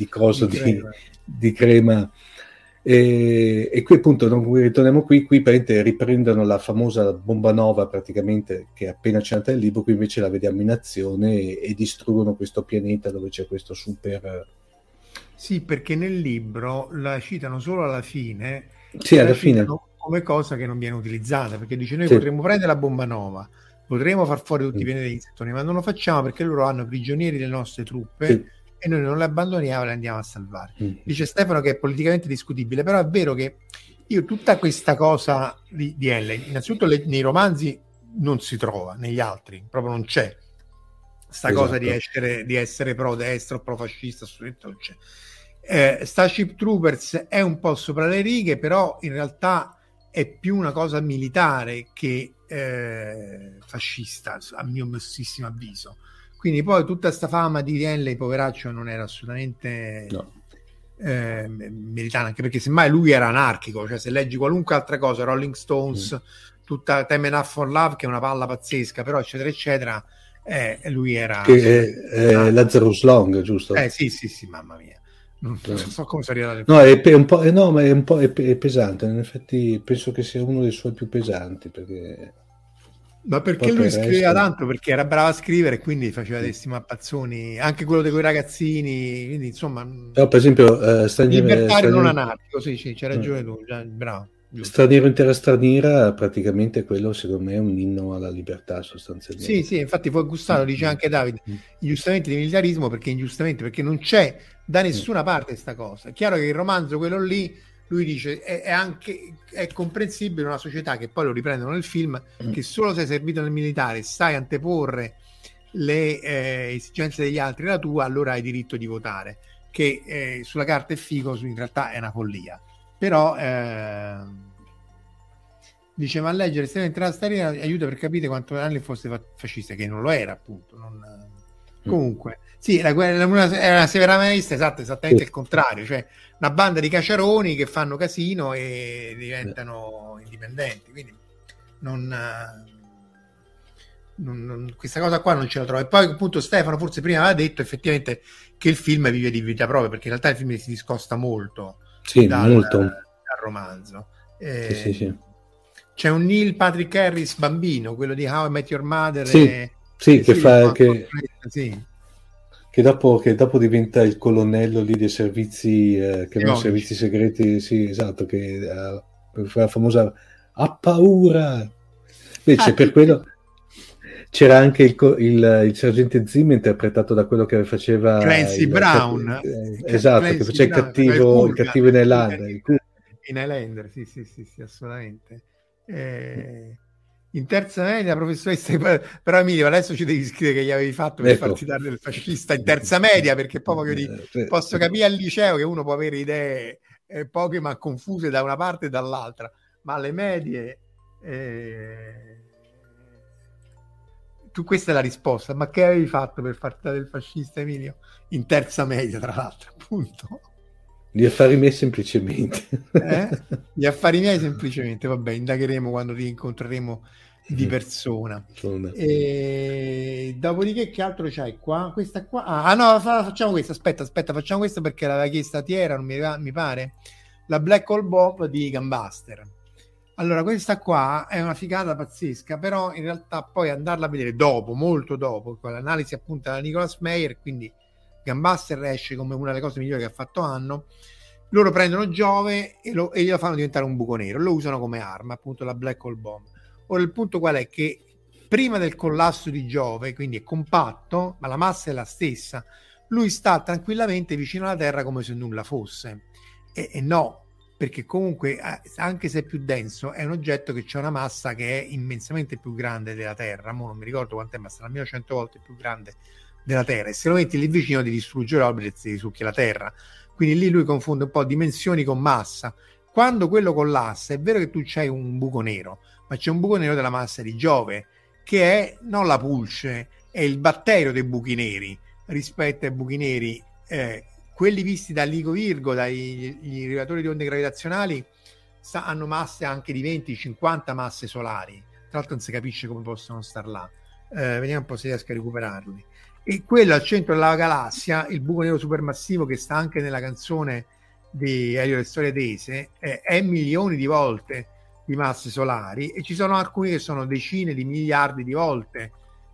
crema, e qui appunto ritorniamo qui praticamente riprendono la famosa bomba nova, praticamente, che è appena citata nel libro, qui invece la vediamo in azione e distruggono questo pianeta dove c'è questo super... Sì, perché nel libro la citano solo alla fine, alla fine come cosa che non viene utilizzata, perché dice noi potremmo prendere la bomba nova, potremmo far fuori tutti i pianeti degli insettoni, ma non lo facciamo perché loro hanno prigionieri le nostre truppe e noi non le abbandoniamo e le andiamo a salvare. Dice Stefano che è politicamente discutibile, però è vero che io tutta questa cosa di Ellen, innanzitutto nei romanzi non si trova, negli altri proprio non c'è sta cosa di essere pro destra o pro fascista, assolutamente non c'è. Starship Troopers è un po' sopra le righe, però in realtà è più una cosa militare che fascista, a mio modestissimo avviso. Quindi poi tutta sta fama di Henley, poveraccio, non era assolutamente meritata, anche perché semmai lui era anarchico, cioè se leggi qualunque altra cosa, Rolling Stones, tutta Time Enough for Love, che è una palla pazzesca, però eccetera eccetera, lui era... Lazarus Long, giusto? Sì, mamma mia. Non so come sono arrivato. No, è un po', no, ma è pesante. In effetti penso che sia uno dei suoi più pesanti, perché Ma perché lui scriveva tanto, perché era bravo a scrivere e quindi faceva dei mappazzoni, anche quello dei quei ragazzini, quindi insomma... No, per esempio, libertario non anarchico, sì, c'è ragione tu, bravo. Straniero in terra straniera, praticamente quello secondo me è un inno alla libertà sostanzialmente. Sì, infatti poi Gustavo dice anche Davide, ingiustamente di militarismo, perché ingiustamente, perché non c'è da nessuna parte sta cosa. È chiaro che il romanzo, quello lì, lui dice, è comprensibile una società, che poi lo riprendono nel film, che solo sei servito nel militare, sai anteporre le esigenze degli altri alla tua, allora hai diritto di votare, che sulla carta è figo, in realtà è una follia. Però dice, ma leggere estremamente la storia aiuta per capire quanto Stalin fosse fascista, che non lo era, appunto. Comunque sì, era una severamanista, esattamente il contrario, cioè una banda di caciaroni che fanno casino e diventano indipendenti, quindi questa cosa qua non ce la trovo. E poi appunto Stefano forse prima aveva detto effettivamente che il film vive di vita propria, perché in realtà il film si discosta molto dal romanzo. Sì. C'è un Neil Patrick Harris bambino, quello di How I Met Your Mother, che dopo diventa il colonnello lì dei servizi servizi segreti, sì, esatto, che fa la famosa "ha paura". Invece per quello c'era anche il sergente Zim, interpretato da quello che faceva Clancy Brown, esatto, Clancy, che faceva il cattivo in Highlander, in Highlander, sì, assolutamente. In terza media, professoressa, però Emilio adesso ci devi scrivere che gli avevi fatto per farti dare del fascista in terza media, perché poi voglio dire, posso capire al liceo che uno può avere idee poche ma confuse da una parte e dall'altra, ma alle medie tu, questa è la risposta, ma che avevi fatto per farti dare del fascista, Emilio? In terza media, tra l'altro, appunto. Gli affari miei semplicemente. Gli affari miei semplicemente, vabbè, indagheremo quando ti incontreremo di persona. E dopodiché che altro c'hai qua? Questa qua? No, facciamo questa, aspetta, facciamo questa perché l'aveva chiesta Tiera, non mi pare, la Black Hole Bob di Gambaster. Allora, questa qua è una figata pazzesca, però in realtà poi andarla a vedere dopo, molto dopo, con l'analisi appunto da Nicholas Meyer, quindi Gambaster esce come una delle cose migliori che ha fatto Anno. Loro prendono Giove e glielo fanno diventare un buco nero, lo usano come arma, appunto la Black Hole Bomb. Ora il punto qual è? Che prima del collasso di Giove, quindi è compatto, ma la massa è la stessa, lui sta tranquillamente vicino alla Terra come se nulla fosse. E no, perché comunque, anche se è più denso, è un oggetto che c'è una massa che è immensamente più grande della Terra. Mo non mi ricordo quant'è, ma sarà 1100 volte più grande della Terra, e se lo metti lì vicino ti distrugge l'orbita e ti risucchia la Terra. Quindi lì lui confonde un po' dimensioni con massa. Quando quello collassa, è vero che tu c'hai un buco nero, ma c'è un buco nero della massa di Giove, che è non la pulce, è il batterio dei buchi neri rispetto ai buchi neri. Quelli visti da Lico Virgo, dagli rilevatori di onde gravitazionali, hanno masse anche di 20-50 masse solari. Tra l'altro non si capisce come possono star là. Vediamo un po' se riesco a recuperarli. E quello al centro della galassia, il buco nero supermassivo che sta anche nella canzone di Elio le storie tese, è milioni di volte di masse solari, e ci sono alcuni che sono decine di miliardi di volte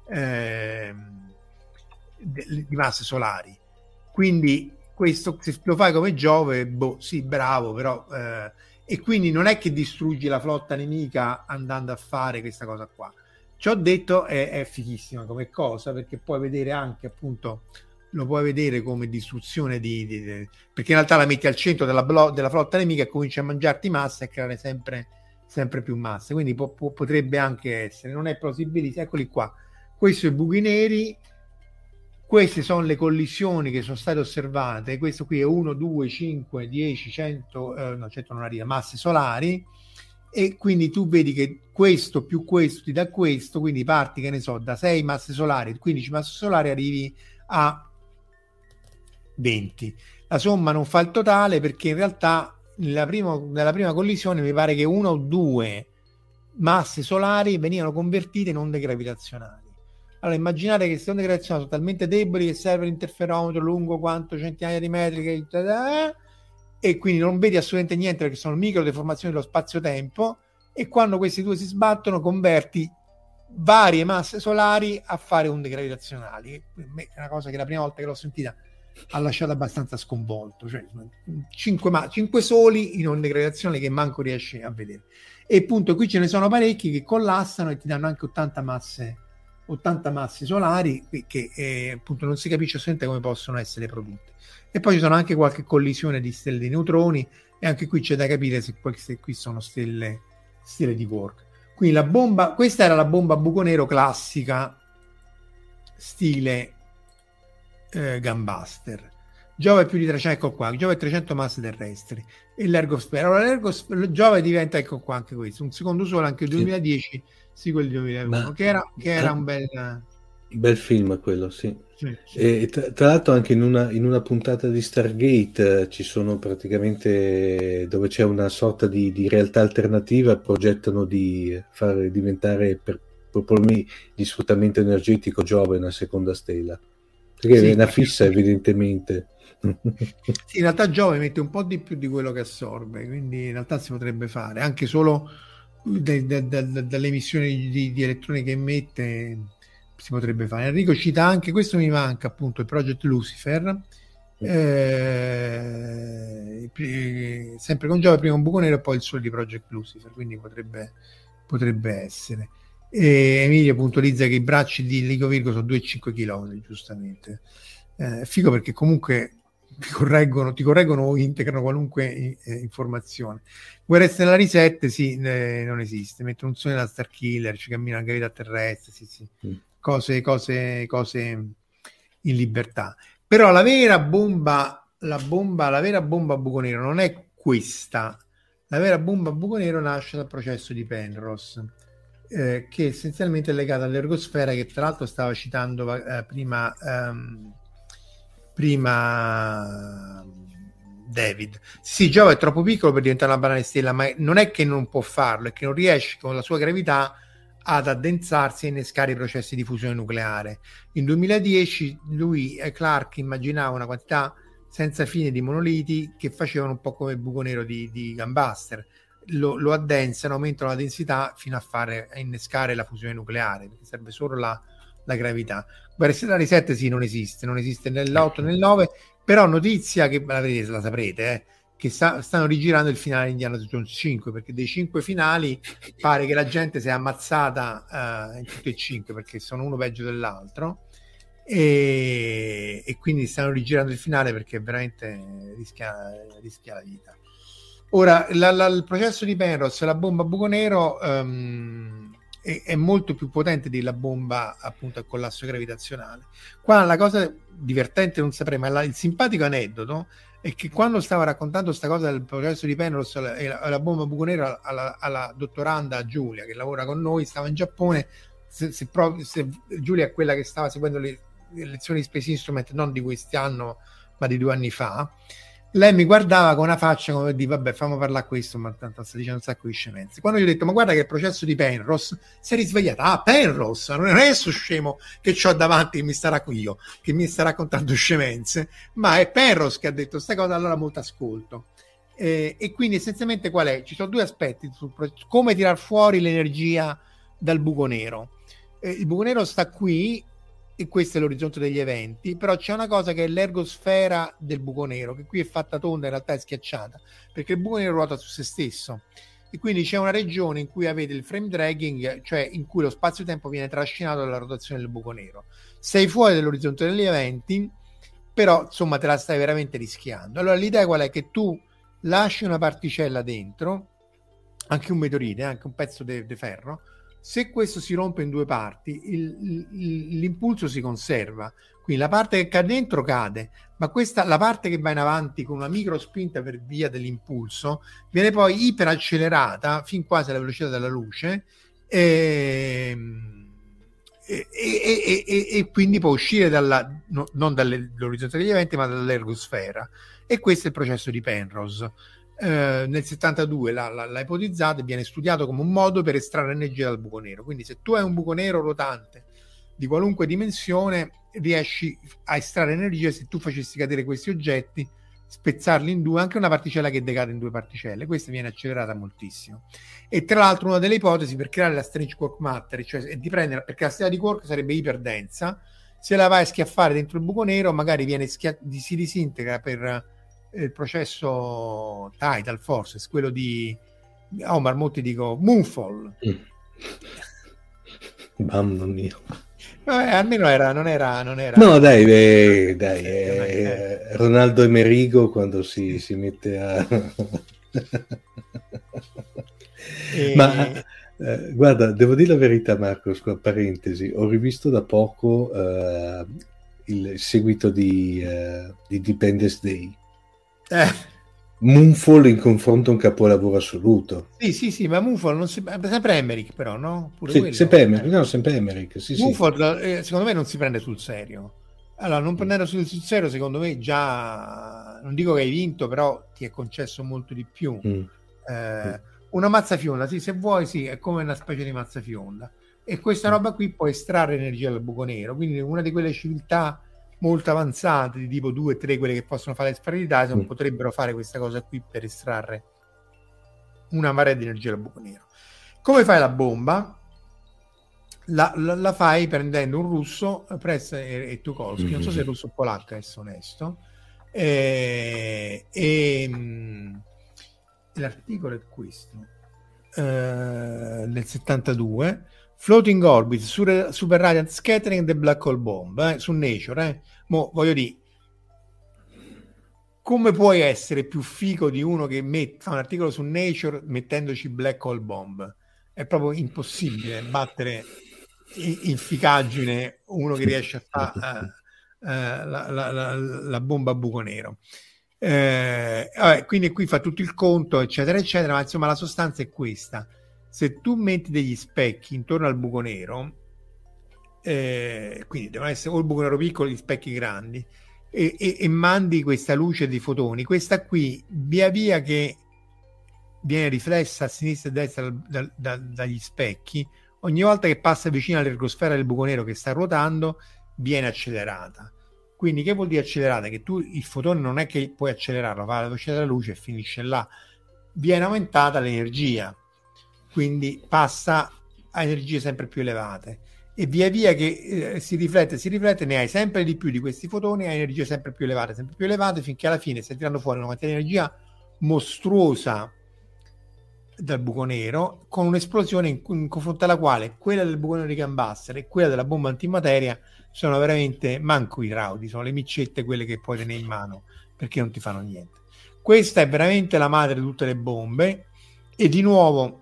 di masse solari. Quindi questo, se lo fai come Giove, sì, bravo, però e quindi non è che distruggi la flotta nemica andando a fare questa cosa qua. Ci ho detto è fighissima come cosa, perché puoi vedere anche, appunto, lo puoi vedere come distruzione perché in realtà la metti al centro della flotta nemica e cominci a mangiarti massa e creare sempre più masse, quindi potrebbe anche essere, non è plausibile. Eccoli qua, questi sono i buchi neri, queste sono le collisioni che sono state osservate. Questo qui è 1, 2, 5, 10, 100 no, 100 non arriva, masse solari. E quindi tu vedi che questo più questo ti dà questo, quindi parti, che ne so, da 6 masse solari, 15 masse solari, arrivi a 20. La somma non fa il totale, perché in realtà nella prima collisione mi pare che 1 o 2 masse solari venivano convertite in onde gravitazionali. Allora immaginate che queste onde gravitazionali sono talmente deboli che serve l'interferometro lungo quanto centinaia di metri, e quindi non vedi assolutamente niente perché sono micro deformazioni dello spazio-tempo, e quando questi due si sbattono converti varie masse solari a fare onde gravitazionali. Per me è una cosa che la prima volta che l'ho sentita ha lasciato abbastanza sconvolto, cioè 5 soli in onde gravitazionali che manco riesci a vedere. E appunto qui ce ne sono parecchi che collassano e ti danno anche 80 masse solari che appunto non si capisce assolutamente come possono essere prodotte. E poi ci sono anche qualche collisione di stelle di neutroni, e anche qui c'è da capire se queste qui sono stelle di quark. Quindi questa era la bomba a buco nero classica stile Gunbuster. Giove è più di 300, ecco qua, Giove è 300 masse terrestri e l'ergosfera. Allora Giove diventa, ecco qua, anche questo, un secondo solo, anche il 2010, sì, quel 2001, che era un bel film quello, sì. Sì. E tra l'altro anche in una puntata di Stargate ci sono praticamente, dove c'è una sorta di realtà alternativa, progettano di far diventare per problemi di sfruttamento energetico Giove una seconda stella, perché è una fissa evidentemente. Sì, in realtà Giove mette un po' di più di quello che assorbe, quindi in realtà si potrebbe fare anche solo dalle emissioni di elettroni che emette, si potrebbe fare. Enrico cita anche, questo mi manca appunto, il Project Lucifer, sempre con Giove, prima un buco nero e poi il sole di Project Lucifer, quindi potrebbe essere. E Emilio puntualizza che i bracci di Lico Virgo sono 2,5 km, giustamente. Figo, perché comunque ti correggono o integrano qualunque informazione. Guerre Stellari 7 sì, non esiste, mettono un sole da Starkiller, ci cammina la gravità terrestre, sì. Cose in libertà. Però la vera bomba a buco nero non è questa. La vera bomba a buco nero nasce dal processo di Penrose, che essenzialmente è legato all'ergosfera, che tra l'altro stava citando prima David. Sì, Giove è troppo piccolo per diventare una banale stella, ma non è che non può farlo, è che non riesce con la sua gravità ad addensarsi e innescare i processi di fusione nucleare. In 2010 Clark immaginava una quantità senza fine di monoliti che facevano un po' come il buco nero di Gunbuster. Lo addensano, aumentano la densità fino a innescare la fusione nucleare, perché serve solo la gravità. Guerre Stellari 7 sì, non esiste nell'8 nel 9, però notizia che la saprete, che stanno rigirando il finale di Indiana Jones 5, perché dei 5 finali pare che la gente si è ammazzata in tutti e 5, perché sono uno peggio dell'altro, e quindi stanno rigirando il finale perché veramente rischia la vita. Ora il processo di Penrose, la bomba a buco nero, è molto più potente della bomba appunto al collasso gravitazionale. Qua la cosa divertente, non saprei, ma il simpatico aneddoto è che quando stava raccontando sta cosa del processo di Penrose e la bomba a buco nero alla dottoranda Giulia, che lavora con noi, stava in Giappone, se Giulia è quella che stava seguendo le lezioni di Space Instrument non di quest'anno ma di 2 anni fa, lei mi guardava con una faccia come per dire vabbè, fammi parlare a questo, ma tanto sta dicendo un sacco di scemenze. Quando gli ho detto ma guarda che il processo di Penrose, si è risvegliata, Penrose, non è sto scemo che c'ho davanti che mi sta raccontando scemenze, ma è Penrose che ha detto sta cosa, allora molto ascolto. E quindi essenzialmente qual è? Ci sono 2 aspetti su come tirar fuori l'energia dal buco nero. Il buco nero sta qui, e questo è l'orizzonte degli eventi, però c'è una cosa che è l'ergosfera del buco nero, che qui è fatta tonda, in realtà è schiacciata, perché il buco nero ruota su se stesso, e quindi c'è una regione in cui avete il frame dragging, cioè in cui lo spazio-tempo viene trascinato dalla rotazione del buco nero. Sei fuori dall'orizzonte degli eventi, però insomma te la stai veramente rischiando. Allora l'idea qual è? Che tu lasci una particella dentro, anche un meteorite, anche un pezzo di ferro. Se questo si rompe in 2 parti, l'impulso si conserva, quindi la parte che cade dentro cade, ma la parte che va in avanti con una micro spinta per via dell'impulso viene poi iperaccelerata fin quasi alla velocità della luce, e quindi può uscire non dall'orizzonte degli eventi ma dall'ergosfera, e questo è il processo di Penrose. Nel 72 l'ha ipotizzato e viene studiato come un modo per estrarre energia dal buco nero. Quindi se tu hai un buco nero rotante di qualunque dimensione riesci a estrarre energia. Se tu facessi cadere questi oggetti spezzarli in due, anche una particella che decade in due particelle, questa viene accelerata moltissimo. E tra l'altro una delle ipotesi per creare la strange quark matter, cioè è di prendere, perché la stella di quark sarebbe iperdensa, se la vai a schiaffare dentro il buco nero magari si disintegra per il processo tidal forces, quello di Marmotti, dico Moonfall. Mamma mia. Vabbè, almeno non era. No, dai, Ronaldo Emerigo quando si mette a... Ma guarda, devo dire la verità, Marco, parentesi, ho rivisto da poco il seguito di Independence Day. Moonfall in confronto a un capolavoro assoluto. Sì, ma Moonfall non sempre Emmerich, però, no? Pure sì, quello. Sempre Emmerich. Sì, Moonfall, secondo me, non si prende sul serio. Allora, non prendere sul serio, secondo me, già non dico che hai vinto, però ti è concesso molto di più. Una mazzafionda, sì, se vuoi, sì, è come una specie di mazzafionda. E questa roba qui può estrarre energia dal buco nero. Quindi una di quelle civiltà molto avanzate di tipo 2 3, quelle che possono fare le sfere di Dyson, potrebbero fare questa cosa qui per estrarre una marea di energia dal buco nero. Come fai la bomba? La fai prendendo un russo, Press e Tukolsky, non so se è russo o polacco, adesso onesto, l'articolo è questo, nel 72, Floating Orbit, Super Radiant Scattering the Black Hole Bomb, su Nature. Mo voglio dire, come puoi essere più figo di uno che fa un articolo su Nature mettendoci Black Hole Bomb? È proprio impossibile battere in ficaggine uno che riesce a fare la bomba a buco nero. Vabbè, quindi qui fa tutto il conto, eccetera, eccetera, ma insomma la sostanza è questa. Se tu metti degli specchi intorno al buco nero, quindi devono essere o il buco nero piccolo, gli specchi grandi, e mandi questa luce di fotoni, questa qui via via che viene riflessa a sinistra e a destra dagli specchi, ogni volta che passa vicino all'ergosfera del buco nero che sta ruotando viene accelerata. Quindi che vuol dire accelerata? Che tu il fotone non è che puoi accelerarlo, va alla velocità della luce e finisce là, viene aumentata l'energia, quindi passa a energie sempre più elevate, e via via che si riflette, ne hai sempre di più di questi fotoni a energie sempre più elevate, finché alla fine stai tirando fuori una quantità di energia mostruosa dal buco nero, con un'esplosione in confronto alla quale quella del buco nero di Gambaster e quella della bomba antimateria sono veramente manco i rauti, sono le miccette quelle che puoi tenere in mano perché non ti fanno niente. Questa è veramente la madre di tutte le bombe, e di nuovo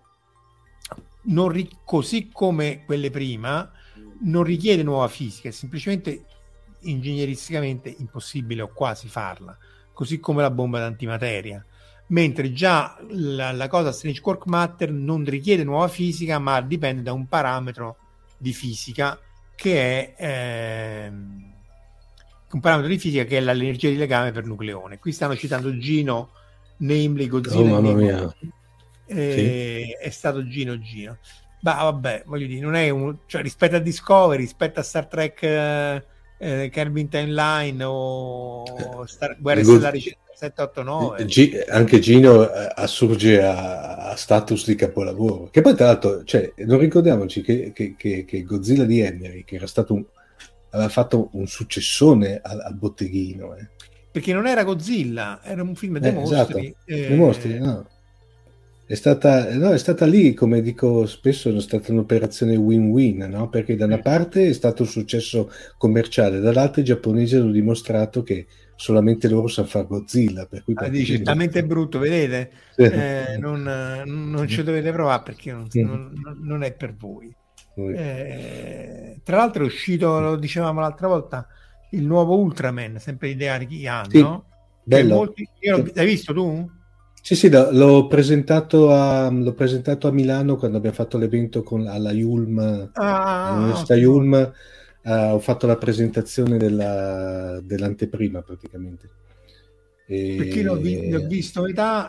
così come quelle prima non richiede nuova fisica, è semplicemente ingegneristicamente impossibile o quasi farla, così come la bomba d'antimateria, mentre già la cosa strange quark matter non richiede nuova fisica, ma dipende da un parametro di fisica che è un parametro di fisica che è l'energia di legame per nucleone. Qui stanno citando Gino, namely Godzilla. Mamma mia. È stato Gino. Ma vabbè, voglio dire, non è cioè, rispetto a Discovery, rispetto a Star Trek Kelvin Timeline o Guerre Stellari 789, anche Gino assurge a status di capolavoro, che poi tra l'altro, cioè, non ricordiamoci che Godzilla di Emmerich aveva fatto un successone al botteghino, perché non era Godzilla, era un film dei mostri. Esatto. Dei mostri, no. È stata lì, come dico spesso, è stata un'operazione win-win, no? Perché da una parte è stato un successo commerciale, dall'altra i giapponesi hanno dimostrato che solamente loro sanno fare Godzilla, per cui dice talmente brutto, vedete? Non ci dovete provare perché non è per voi. Tra l'altro è uscito, lo dicevamo l'altra volta, il nuovo Ultraman, sempre idea di Ian, no? Bello. L'hai visto tu? Sì, l'ho presentato a Milano quando abbiamo fatto l'evento alla Yulm, all'Università Yulm. Ho fatto la presentazione dell'anteprima praticamente. Perché l'ho visto metà,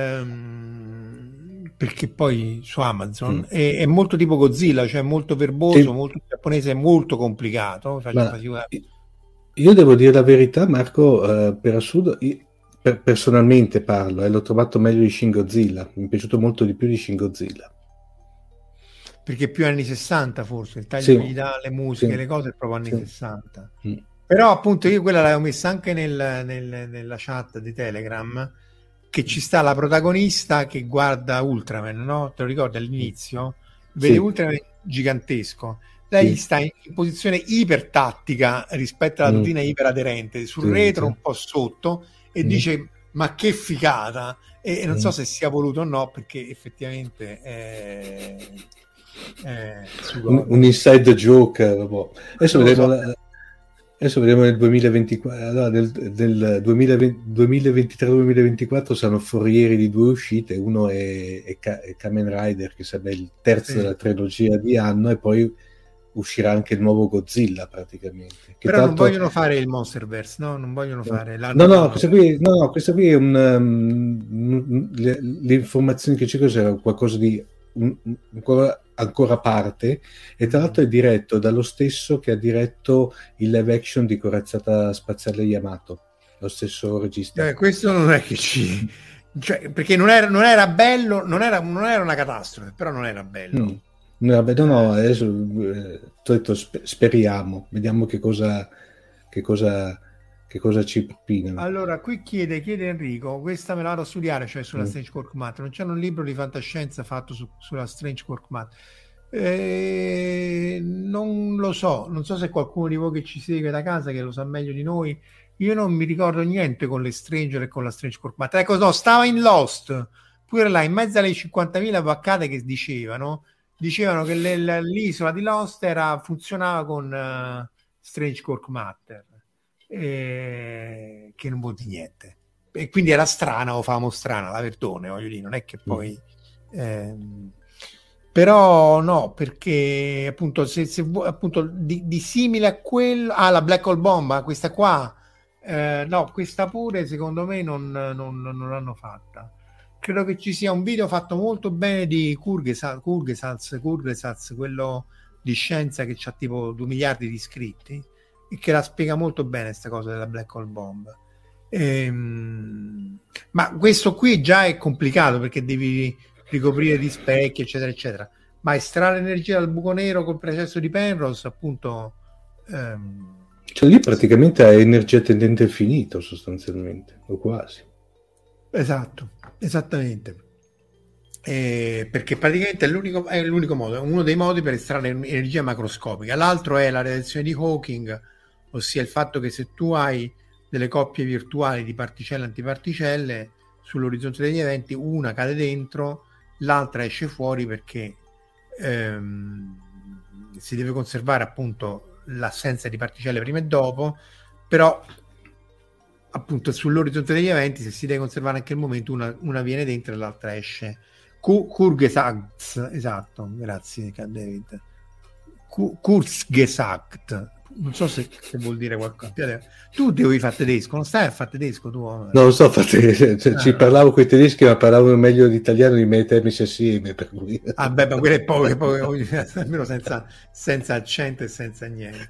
perché poi su Amazon è molto tipo Godzilla, cioè molto verboso, molto giapponese, molto complicato. Io devo dire la verità, Marco, per assurdo, personalmente parlo, l'ho trovato meglio di Shin Godzilla, mi è piaciuto molto di più di Shin Godzilla. Perché più anni 60 forse, il taglio Sì. che gli dà le musiche, Sì. le cose è proprio anni Sì. 60. Mm. Però appunto io quella l'avevo messa anche nella chat di Telegram, che ci sta la protagonista che guarda Ultraman, no? Te lo ricordi all'inizio? Vede Sì. Ultraman gigantesco. Lei sta in posizione ipertattica rispetto alla tutina iperaderente, sul retro un po' sotto, e dice ma che figata, e non so se sia voluto o no, perché effettivamente un inside joke. Adesso vediamo nel 2024, allora del 2023-2024 saranno forieri di 2 uscite, uno è Kamen Rider, che sarebbe il terzo della trilogia di anno, e poi uscirà anche il nuovo Godzilla praticamente. Che però non vogliono fare il Monsterverse, no? Non vogliono fare questa qui è le informazioni che c'è era qualcosa di ancora a parte, e tra l'altro è diretto dallo stesso che ha diretto il live action di Corazzata Spaziale Yamato, lo stesso regista. Questo non è che perché non era bello, non era una catastrofe, però non era bello. No, adesso speriamo, vediamo che cosa ci propinano. Allora, qui chiede Enrico, questa me la vado a studiare, cioè sulla Strange Cork Matter. Non c'è un libro di fantascienza fatto sulla Strange Cork Matter? Non lo so, non so se qualcuno di voi che ci segue da casa che lo sa meglio di noi. Io non mi ricordo niente con le Stranger e con la Strange Cork Matter. Ecco, no, stava in Lost, pure là, in mezzo alle 50.000 vaccate che dicevano che l'isola di Lost funzionava con Strange Cork Matter, che non vuol dire niente, e quindi era strana, o famo strana la Verdone, voglio dire, non è che poi però no, perché appunto se appunto di simile a quello, la Black Hole Bomb, questa qua no, questa pure secondo me non l'hanno fatta. Credo che ci sia un video fatto molto bene di Kurgesals, quello di scienza che ha tipo 2 miliardi di iscritti, e che la spiega molto bene questa cosa della Black Hole Bomb. Ma questo qui già è complicato, perché devi ricoprire di specchi, eccetera, eccetera. Ma estrarre energia dal buco nero col processo di Penrose, appunto... cioè lì praticamente hai energia tendente infinito, sostanzialmente, o quasi. Esatto. Esattamente, perché praticamente è l'unico modo, è uno dei modi per estrarre energia macroscopica. L'altro è la radiazione di Hawking, ossia il fatto che se tu hai delle coppie virtuali di particelle e antiparticelle sull'orizzonte degli eventi, una cade dentro, l'altra esce fuori, perché si deve conservare appunto l'assenza di particelle prima e dopo, però appunto sull'orizzonte degli eventi, se si deve conservare anche il momento, una viene dentro e l'altra esce. Kurgesagt, esatto, grazie David. Kurzgesagt, non so se vuol dire qualcosa. Tu devi fare tedesco, non stai a fare tedesco tu? No, non so fare tedesco, ci parlavo con i tedeschi, ma parlavano meglio l'italiano di me e te messi assieme, per cui... ma quello è poco, almeno senza accento e senza niente.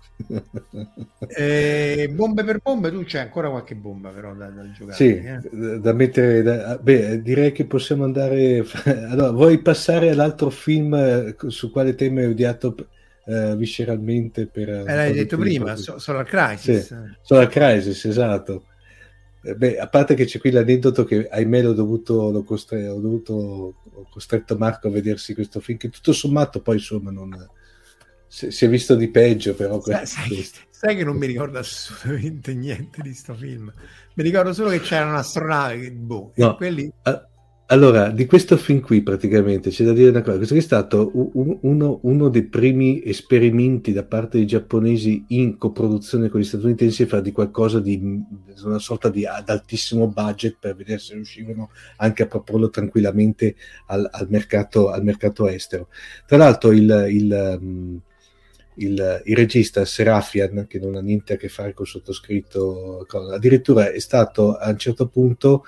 Bombe per bombe, tu c'è ancora qualche bomba però da giocare? Sì, da mettere direi che possiamo andare. Allora, vuoi passare all'altro film su quale tema hai odiato visceralmente l'hai detto prima, Solar Crisis. Sì, Solar Crisis, esatto. A parte che c'è qui l'aneddoto che ahimè ho costretto Marco a vedersi questo film, che tutto sommato poi insomma non si è visto di peggio, però sai che non mi ricordo assolutamente niente di sto film. Mi ricordo solo che c'era un'astronave che quelli... Allora, di questo film qui praticamente c'è da dire una cosa: questo è stato uno dei primi esperimenti da parte dei giapponesi in coproduzione con gli statunitensi, fare di qualcosa di una sorta ad altissimo budget, per vedere se riuscivano anche a proporlo tranquillamente al mercato estero. Tra l'altro il regista Serafian, che non ha niente a che fare col sottoscritto, addirittura è stato a un certo punto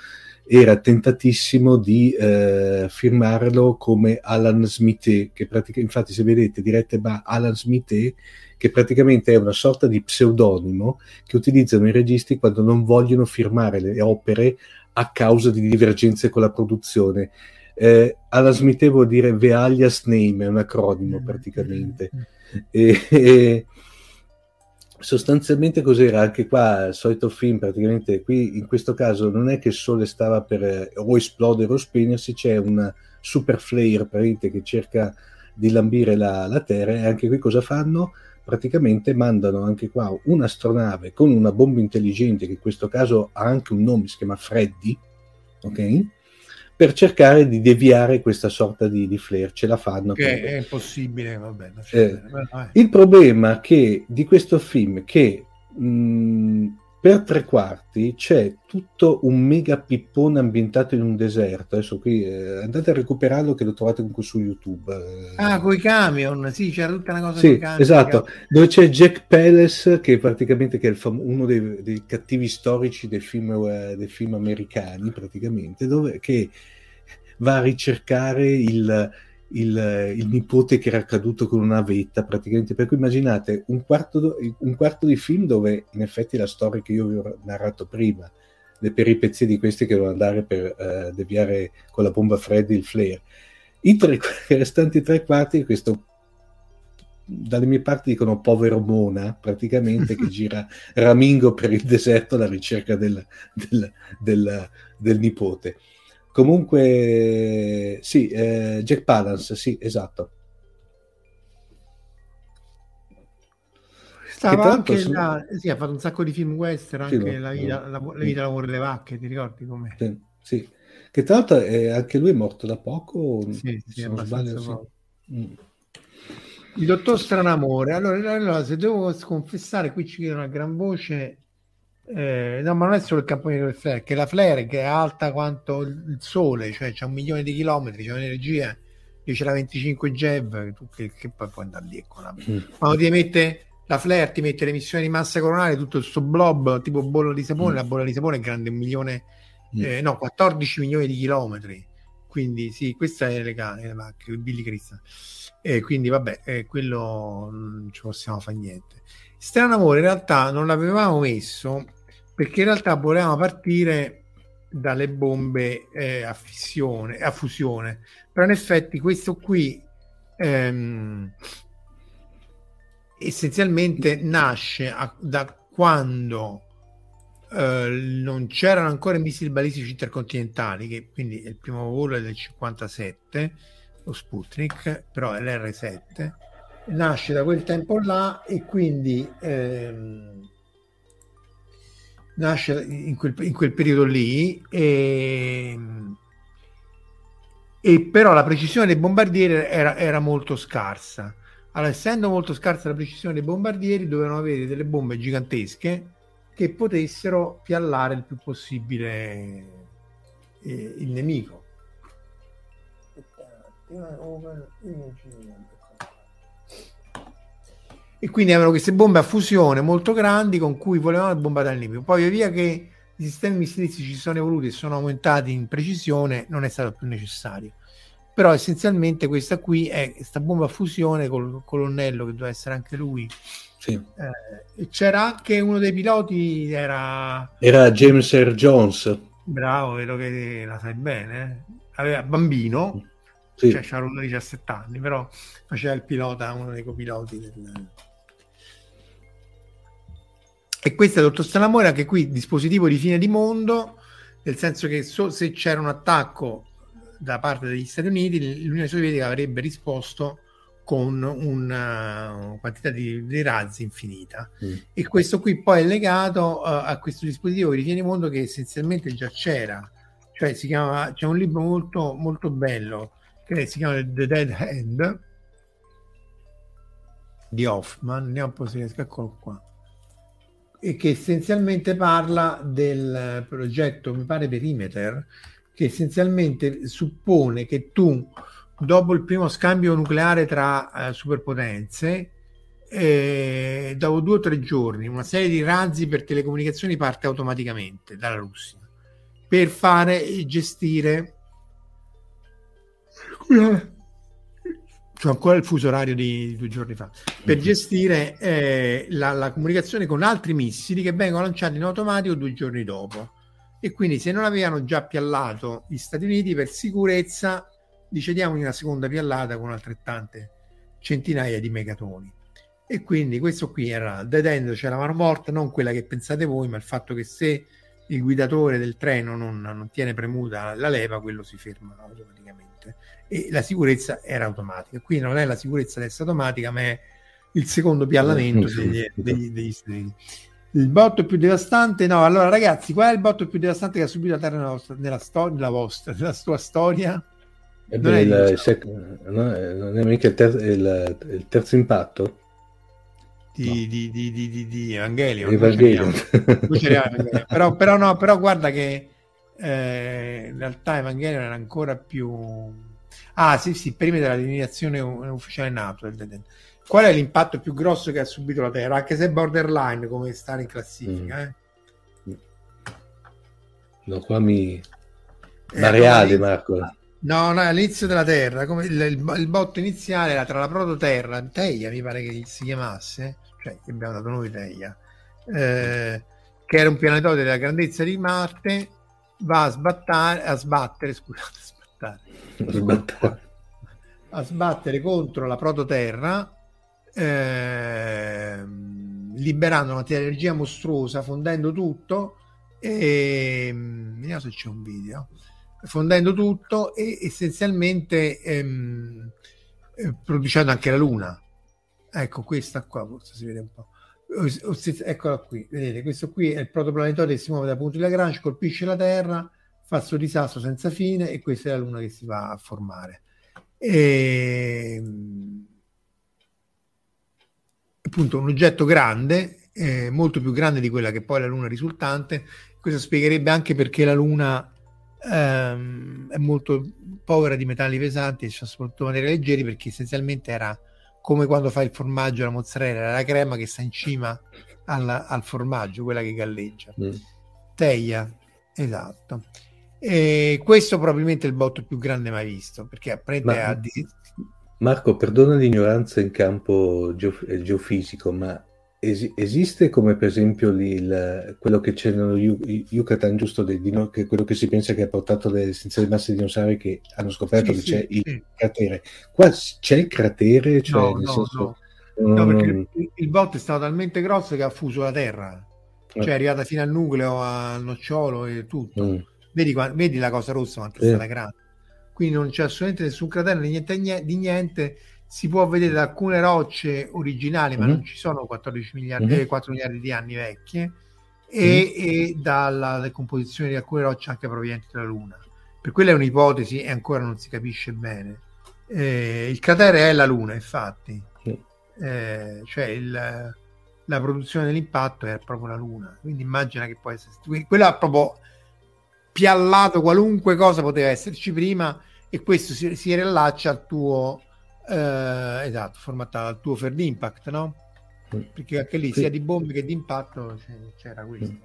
era tentatissimo di firmarlo come Alan Smith, che infatti se vedete direte Alan Smith, che praticamente è una sorta di pseudonimo che utilizzano i registi quando non vogliono firmare le opere a causa di divergenze con la produzione. Alan Smith vuol dire The Alias Name, è un acronimo praticamente. E sostanzialmente cos'era anche qua il solito film, praticamente qui in questo caso non è che il sole stava per o esplodere o spegnersi, c'è un super flare praticamente che cerca di lambire la Terra, e anche qui cosa fanno? Praticamente mandano anche qua un'astronave con una bomba intelligente, che in questo caso ha anche un nome, si chiama Freddy, ok? Per cercare di deviare questa sorta di flare. Ce la fanno. Che è impossibile, vabbè. Il problema di questo film che per 3/4 c'è tutto un mega pippone ambientato in un deserto. Adesso qui andate a recuperarlo, che lo trovate comunque su YouTube. Coi camion, sì, c'era tutta una cosa. Sì, esatto, dove c'è Jack Palance, che praticamente che è uno dei cattivi storici del film americani, praticamente, che va a ricercare il nipote che era caduto con una vetta, praticamente. Per cui immaginate un quarto di film dove in effetti la storia che io vi ho narrato prima, le peripezie di questi che devono andare per deviare con la bomba Freddy il flare, i restanti 3/4 di questo, dalle mie parti dicono povero Mona, praticamente, che gira ramingo per il deserto alla ricerca del nipote. Comunque sì, Jack Palance, sì, esatto. Stava anche sì, ha fatto un sacco di film western, anche la vita lavoro delle vacche, ti ricordi com'è? Sì. Che tra l'altro anche lui è morto da poco, sì, se non sbaglio, poco. Il dottor Stranamore. Allora, se devo confessare, qui ci chiedono a gran voce, no, ma non è solo il campione del flare, che la flare, che è alta quanto il sole, cioè c'è 1 milione di chilometri, c'è un'energia, io c'era 25 GeV, che poi puoi andare lì con quando ti mette la flare, ti mette l'emissione di massa coronale, tutto questo blob tipo bolla di sapone. La bolla di sapone è grande 1 milione, 14 milioni di chilometri, quindi sì, questa è legale, Billy Crystal, quindi vabbè, quello non ci possiamo fare niente. Stranamore in realtà non l'avevamo messo perché in realtà volevamo partire dalle bombe a fusione, però in effetti questo qui essenzialmente nasce da quando non c'erano ancora i missili balistici intercontinentali, che quindi il primo volo è del 57, lo Sputnik, però è l'R7, nasce da quel tempo là, e quindi nasce in quel periodo lì, e però la precisione dei bombardieri era molto scarsa. Allora, essendo molto scarsa la precisione dei bombardieri, dovevano avere delle bombe gigantesche che potessero piallare il più possibile il nemico. E quindi avevano queste bombe a fusione molto grandi con cui volevano bombardare il nemico. Poi via via che i sistemi missilistici si sono evoluti e sono aumentati in precisione, non è stato più necessario. Però essenzialmente questa qui è questa bomba a fusione col colonnello, che doveva essere anche lui. Sì. C'era anche uno dei piloti, era James Earl Jones. Bravo, vedo che la sai bene. Aveva bambino, sì. Cioè c'era 17 anni, però faceva il pilota, uno dei copiloti E questo è il dottor Stranamore, anche qui dispositivo di fine di mondo, nel senso che se c'era un attacco da parte degli Stati Uniti, l'Unione Sovietica avrebbe risposto con una quantità di razzi infinita. E questo qui poi è legato a questo dispositivo di fine di mondo, che essenzialmente già c'era, cioè c'è un libro molto molto bello che si chiama The Dead Hand di Hoffman, vediamo un po' se riesco, eccolo qua, e che essenzialmente parla del progetto, mi pare Perimeter, che essenzialmente suppone che tu, dopo il primo scambio nucleare tra superpotenze, dopo 2 o 3 giorni, una serie di razzi per telecomunicazioni parte automaticamente dalla Russia, per fare gestire, c'ho ancora il fuso orario di 2 giorni fa, per gestire la comunicazione con altri missili che vengono lanciati in automatico 2 giorni dopo. E quindi se non avevano già piallato gli Stati Uniti, per sicurezza dice diamogli una seconda piallata con altrettante centinaia di megatoni. E quindi questo qui era dead end, c'è la mano morta, non quella che pensate voi, ma il fatto che se il guidatore del treno non tiene premuta la leva, quello si ferma automaticamente, e la sicurezza era automatica. Qui non è la sicurezza adesso automatica, ma è il secondo piallamento degli Stati Uniti. Il botto più devastante, no, allora ragazzi, qual è il botto più devastante che ha subito la Terra nella sua storia? Non è mica il terzo impatto di Evangelion. Evangelion. Però guarda che in realtà Evangelion era ancora più... sì, prima della denominazione ufficiale NATO. Qual è l'impatto più grosso che ha subito la Terra? Anche se è borderline come stare in classifica. No, qua ma reale, Marco. No, all'inizio della Terra, come il botto iniziale era tra la prototerra, Teia mi pare che si chiamasse, cioè che abbiamo dato noi Teia, che era un pianetoide della grandezza di Marte, va a sbattere contro la prototerra, liberando una energia mostruosa, fondendo tutto, e vediamo se c'è un video, fondendo tutto e essenzialmente producendo anche la Luna. Ecco, questa qua forse si vede un po'. Eccola qui, vedete, questo qui è il protoplanetoide che si muove da punto di Lagrange, colpisce la Terra, fa il suo disastro senza fine, e questa è la Luna che si va a formare. Appunto un oggetto grande, molto più grande di quella che poi è la Luna risultante. Questo spiegherebbe anche perché la Luna è molto povera di metalli pesanti e soprattutto materiali leggeri, perché essenzialmente era come quando fai il formaggio, la mozzarella, la crema che sta in cima al formaggio, quella che galleggia. Teia, esatto. E questo probabilmente è il botto più grande mai visto, perché Marco, perdona l'ignoranza in campo geofisico, ma esiste come per esempio quello che c'è nello Yucatan, giusto, che quello che si pensa che ha portato le estinzioni di masse di dinosauri, che hanno scoperto che c'è il cratere. Qua c'è il cratere? Cioè, no, perché il botto è stato talmente grosso che ha fuso la Terra, cioè è arrivata fino al nucleo, al nocciolo e tutto. Vedi la cosa rossa quanto è stata grande. Quindi non c'è assolutamente nessun cratere, di niente. Si può vedere da alcune rocce originali, ma non ci sono 4 miliardi di anni vecchie, e dalla decomposizione di alcune rocce anche provenienti dalla Luna. Per quella è un'ipotesi e ancora non si capisce bene. Il cratere è la Luna, infatti, cioè la produzione dell'impatto è proprio la Luna. Quindi immagina che può essere quella ha proprio piallato qualunque cosa poteva esserci prima, e questo si rilaccia al tuo formattato al tuo Third Impact, no? Perché anche lì sia di bombe che di impatto c'era questo.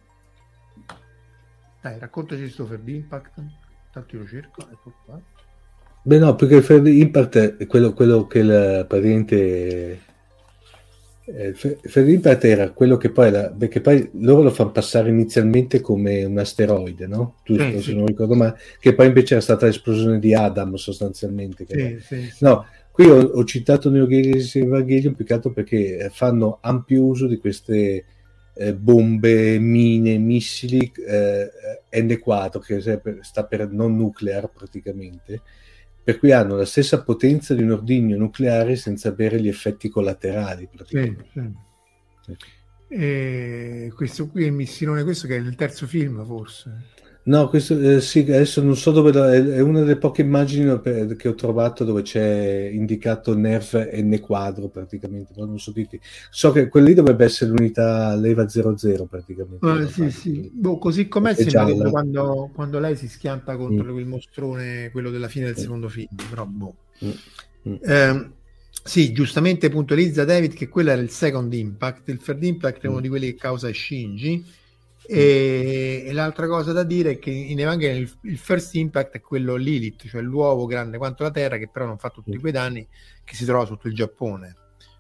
Dai, raccontaci questo Third Impact, tanto io lo cerco, ecco qua. Beh no, perché il Third Impact è quello che praticamente il Third Impact era quello che poi perché poi loro lo fanno passare inizialmente come un asteroide, no? Giusto, se non ricordo male, che poi invece era stata l'esplosione di Adam sostanzialmente. No, qui ho citato Neo Genesis Evangelion più che altro perché fanno ampio uso di queste bombe, mine, missili N4, che sta per non nuclear praticamente, per cui hanno la stessa potenza di un ordigno nucleare senza avere gli effetti collaterali praticamente. Questo qui è il missilone, questo che è nel terzo film forse. No, questo sì, adesso non so dove è una delle poche immagini che ho trovato dove c'è indicato NERV N quadro praticamente, però non so dirti. So che quello lì dovrebbe essere l'unità leva 00 praticamente. Sì. Così com'è sembra quando lei si schianta contro quel mostrone, quello della fine del secondo film, però sì, giustamente puntualizza David che quello era il Second Impact. Il Third Impact è uno di quelli che causa Shinji, E l'altra cosa da dire è che in Evangelion il first impact è quello Lilith, cioè l'uovo grande quanto la Terra, che però non fa tutti quei danni, che si trova sotto il Giappone.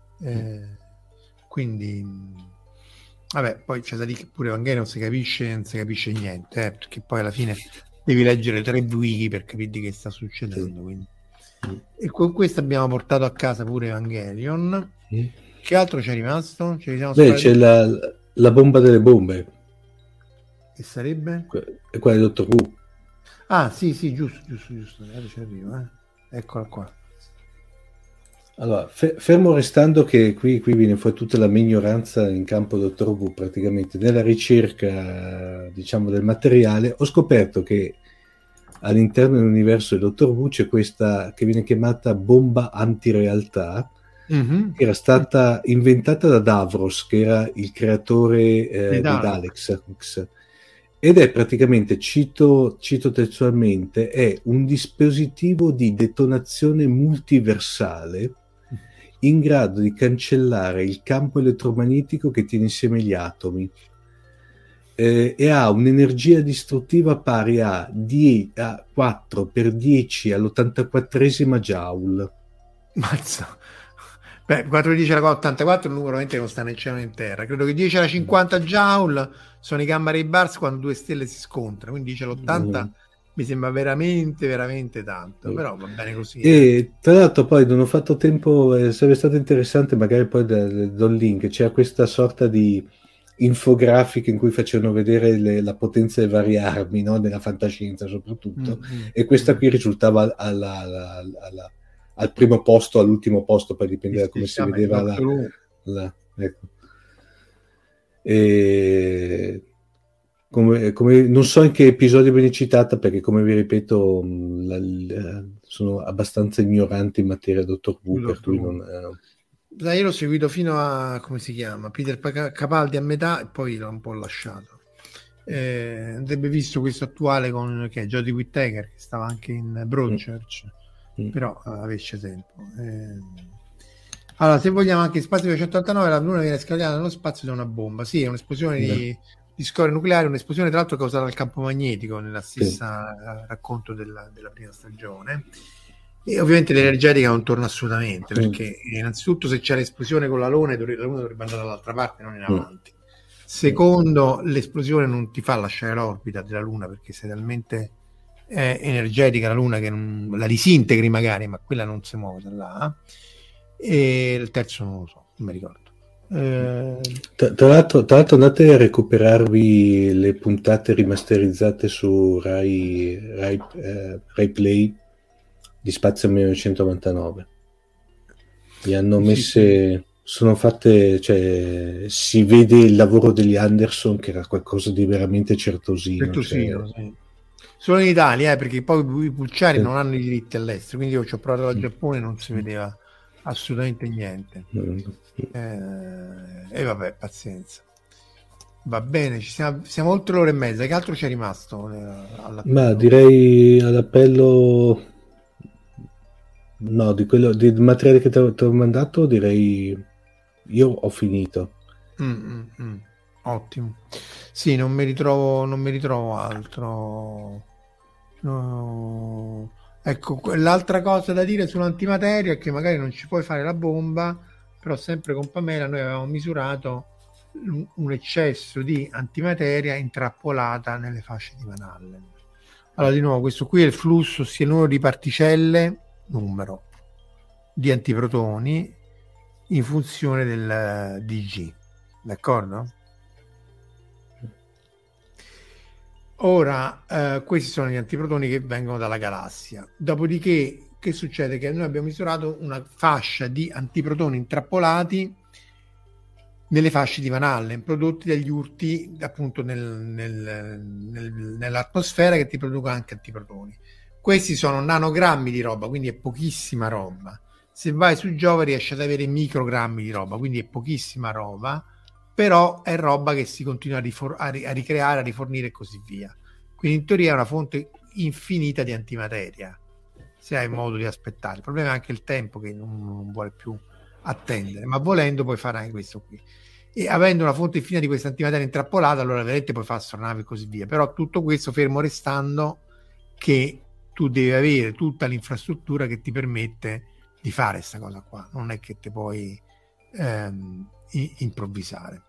Quindi vabbè, poi c'è da dire che pure Evangelion non si capisce niente, perché poi alla fine devi leggere 3 wiki per capire di che sta succedendo. Quindi. E con questo abbiamo portato a casa pure Evangelion. Che altro c'è rimasto? C'è la bomba delle bombe. Che sarebbe? È quella di Dottor Who. Ah sì, giusto. Ci arrivo, Eccola qua. Allora, fermo restando che qui viene fuori tutta la mia ignoranza in campo Dottor Who, praticamente nella ricerca, diciamo, del materiale, ho scoperto che all'interno dell'universo di Dottor Who c'è questa che viene chiamata bomba antirealtà, che era stata inventata da Davros, che era il creatore di Daleks, ed è praticamente, cito testualmente, è un dispositivo di detonazione multiversale in grado di cancellare il campo elettromagnetico che tiene insieme gli atomi, e ha un'energia distruttiva pari a 4 per 10 all'84esima joule. Mazza. Beh, 4 10 alla 84 è un numero che non sta né in cielo né in terra. Credo che 10 alla 50 joule sono i gamma ray bars quando 2 stelle si scontrano, quindi 10 all'80 mi sembra veramente tanto, però va bene così. E tra l'altro poi non ho fatto tempo, sarebbe stato interessante, magari poi do il link, c'era questa sorta di infografiche in cui facevano vedere la potenza delle varie armi, no? Della fantascienza soprattutto, e questa qui risultava al primo posto, all'ultimo posto, poi dipende da come si vedeva ecco. E come non so in che episodio viene citata, perché come vi ripeto sono abbastanza ignorante in materia Dottor Who, per cui non io l'ho seguito fino a, come si chiama, Peter Capaldi a metà e poi l'ho un po' lasciato. Andrebbe visto questo attuale con Jodie Whittaker, che stava anche in Broadchurch, però avesse tempo. Allora, se vogliamo, anche in Spazio 289 la Luna viene scagliata nello spazio da una bomba. Sì, è un'esplosione di scorie nucleari, un'esplosione tra l'altro causata dal campo magnetico nella stessa racconto della prima stagione. E ovviamente l'energetica non torna assolutamente, perché innanzitutto se c'è l'esplosione con la Luna dovrebbe andare dall'altra parte, non in avanti. Secondo, l'esplosione non ti fa lasciare l'orbita della Luna, perché sei talmente energetica la Luna che la disintegri magari, ma quella non si muove da là. E il terzo non lo so, non mi ricordo. Tra l'altro andate a recuperarvi le puntate rimasterizzate su Rai Play di Spazio 1999. Li hanno messe, sono fatte, cioè si vede il lavoro degli Anderson, che era qualcosa di veramente certosino. Sì. Solo in Italia, perché poi i Pulciari non hanno i diritti all'estero, quindi io ci ho provato al Giappone e non si vedeva assolutamente niente. E vabbè, pazienza. Va bene, siamo oltre l'ora e mezza. Che altro c'è rimasto? Ma direi all'appello, no, del materiale che ti ho mandato, direi io ho finito. Ottimo. Sì, non mi ritrovo altro. No. Ecco, l'altra cosa da dire sull'antimateria è che magari non ci puoi fare la bomba, però sempre con Pamela noi avevamo misurato un eccesso di antimateria intrappolata nelle fasce di Van Allen. Allora, di nuovo, questo qui è il flusso, sia il numero di particelle, numero di antiprotoni in funzione del DG, d'accordo? Ora, questi sono gli antiprotoni che vengono dalla galassia. Dopodiché, che succede? Che noi abbiamo misurato una fascia di antiprotoni intrappolati nelle fasce di Van Allen, prodotti dagli urti appunto nell'atmosfera, che ti producono anche antiprotoni. Questi sono nanogrammi di roba, quindi è pochissima roba. Se vai su Giove riesci ad avere microgrammi di roba, quindi è pochissima roba, però è roba che si continua a ricreare, a rifornire e così via. Quindi in teoria è una fonte infinita di antimateria, se hai modo di aspettare. Il problema è anche il tempo, che non vuole più attendere, ma volendo puoi fare anche questo qui. e avendo una fonte infinita di questa antimateria intrappolata, allora veramente puoi fare astronave e così via. Però tutto questo fermo restando che tu devi avere tutta l'infrastruttura che ti permette di fare questa cosa qua, non è che te puoi improvvisare.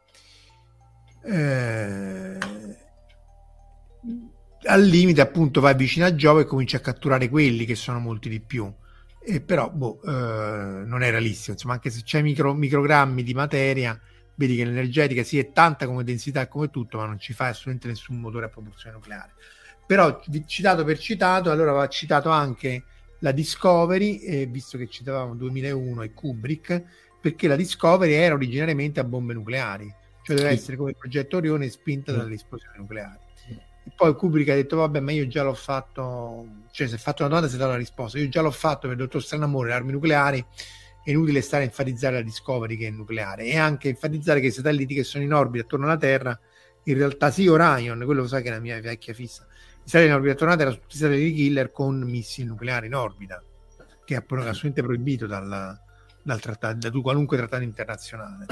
Al limite appunto vai vicino a Giove e cominci a catturare quelli che sono molti di più, però non è realistico, insomma, anche se c'è microgrammi di materia, vedi che l'energetica sì è tanta come densità e come tutto, ma non ci fa assolutamente nessun motore a propulsione nucleare. Però citato per citato, allora va citato anche la Discovery, visto che citavamo 2001 e Kubrick, perché la Discovery era originariamente a bombe nucleari, cioè doveva essere come il progetto Orione spinta dalle esplosioni nucleari. E poi Kubrick ha detto vabbè, ma io già l'ho fatto, cioè se è fatto una domanda si dà la risposta, io già l'ho fatto per il dottor Stranamore, le armi nucleari, è inutile stare a enfatizzare la Discovery che è nucleare, e anche enfatizzare che i satelliti che sono in orbita attorno alla Terra, in realtà sì, Orion, quello lo sai che è la mia vecchia fissa, i satelliti in orbita attorno alla Terra sono tutti satelliti killer con missili nucleari in orbita, che è assolutamente proibito dal trattato, da qualunque trattato internazionale.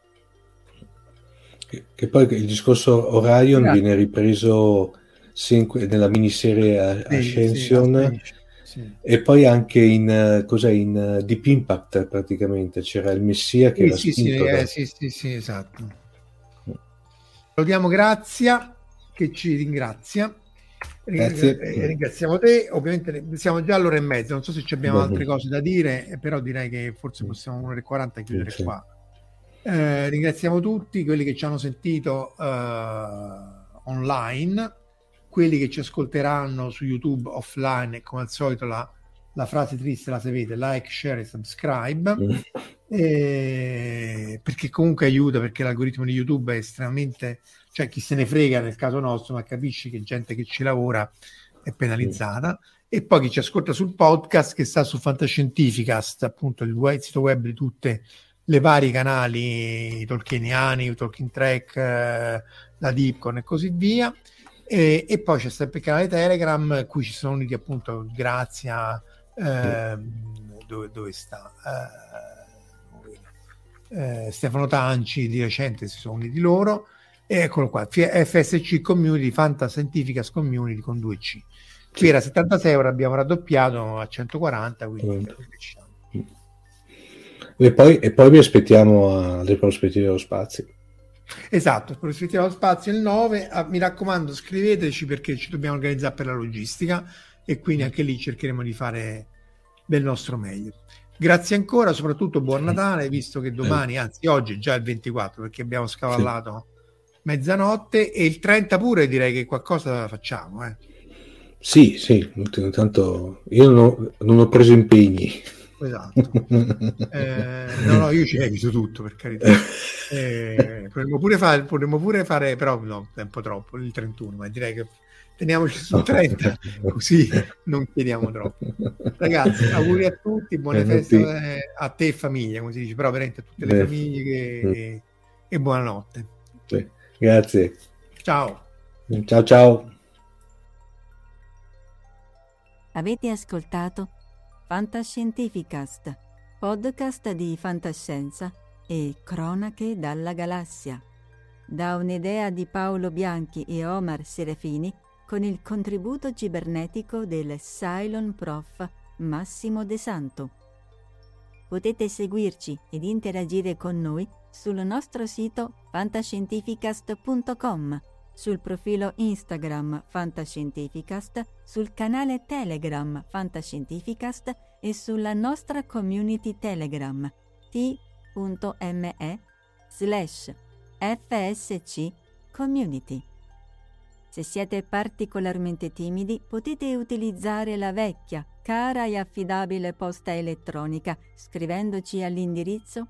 Che poi il discorso Orion viene ripreso nella miniserie Ascension, sì. E poi anche in Deep Impact praticamente c'era il Messia che era spinto sì, esatto. Salutiamo Grazia che ci ringrazia. Grazie. Ringraziamo te, ovviamente siamo già all'ora e mezza, non so se abbiamo altre cose da dire, però direi che forse possiamo 1:40 chiudere qua. Ringraziamo tutti quelli che ci hanno sentito online, quelli che ci ascolteranno su YouTube offline, e come al solito la frase triste la sapete: like, share e subscribe, perché comunque aiuta, perché l'algoritmo di YouTube è estremamente, cioè chi se ne frega nel caso nostro, ma capisci che gente che ci lavora è penalizzata. E poi chi ci ascolta sul podcast, che sta su Fantascientificast, appunto il sito web di tutte le vari canali tolkieniani, Talking Track, la Deepcon e così via, e poi c'è sempre il canale Telegram, cui ci sono uniti appunto Grazia, dove sta Stefano Tanci, di recente si sono uniti loro, e eccolo qua, FSC Community, Fantascientificast Community con 2C, qui era 76 euro, abbiamo raddoppiato a 140, quindi e poi vi aspettiamo alle prospettive dello spazio. Esatto, prospettiva dello spazio il 9, mi raccomando scriveteci, perché ci dobbiamo organizzare per la logistica, e quindi anche lì cercheremo di fare del nostro meglio. Grazie ancora, soprattutto buon Natale, visto che domani, anzi oggi già il 24, perché abbiamo scavallato mezzanotte, e il 30 pure direi che qualcosa facciamo. Sì, intanto io non ho preso impegni. Esatto. No, io ci evito tutto, per carità. Potremmo pure fare, però no, è un po' troppo il 31, ma direi che teniamoci sul 30, così non chiediamo troppo. Ragazzi, auguri a tutti, buone feste a te e famiglia, come si dice, però veramente a tutte le famiglie e buonanotte. Grazie. Ciao. Ciao. Avete ascoltato Fantascientificast, podcast di fantascienza e cronache dalla galassia, da un'idea di Paolo Bianchi e Omar Serafini, con il contributo cibernetico del Cylon Prof Massimo De Santo. Potete seguirci ed interagire con noi sul nostro sito fantascientificast.com, sul profilo Instagram Fantascientificast, sul canale Telegram Fantascientificast e sulla nostra community Telegram t.me/FSC Community. Se siete particolarmente timidi, potete utilizzare la vecchia, cara e affidabile posta elettronica scrivendoci all'indirizzo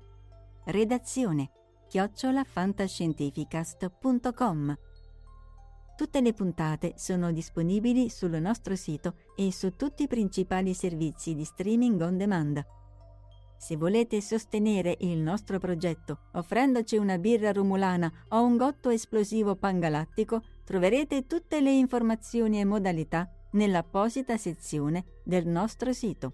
redazione@fantascientificast.com. Tutte le puntate sono disponibili sul nostro sito e su tutti i principali servizi di streaming on demand. Se volete sostenere il nostro progetto offrendoci una birra romulana o un gotto esplosivo pangalattico, troverete tutte le informazioni e modalità nell'apposita sezione del nostro sito.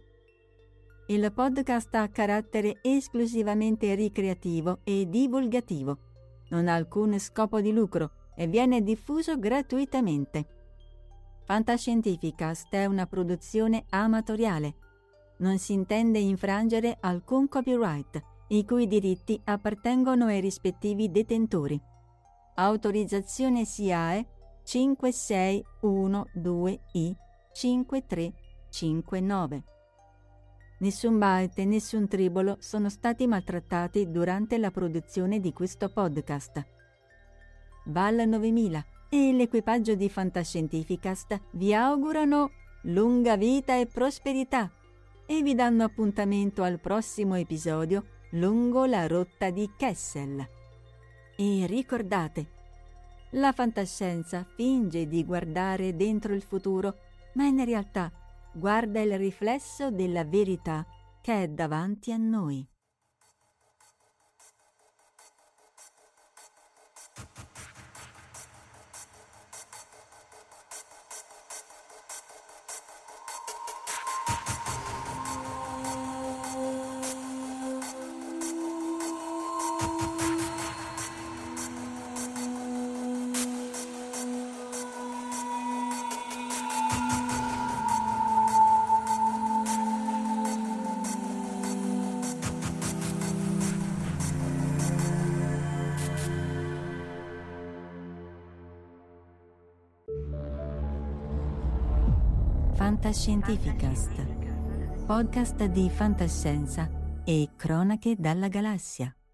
Il podcast ha carattere esclusivamente ricreativo e divulgativo. non ha alcun scopo di lucro e viene diffuso gratuitamente. Fantascientificast è una produzione amatoriale. Non si intende infrangere alcun copyright, i cui diritti appartengono ai rispettivi detentori. Autorizzazione SIAE 5612I5359. Nessun byte e nessun tribolo sono stati maltrattati durante la produzione di questo podcast. Val 9000 e l'equipaggio di Fantascientificast vi augurano lunga vita e prosperità e vi danno appuntamento al prossimo episodio lungo la rotta di Kessel. E ricordate, la fantascienza finge di guardare dentro il futuro, ma in realtà guarda il riflesso della verità che è davanti a noi. Fantascientificast, podcast di fantascienza e cronache dalla galassia.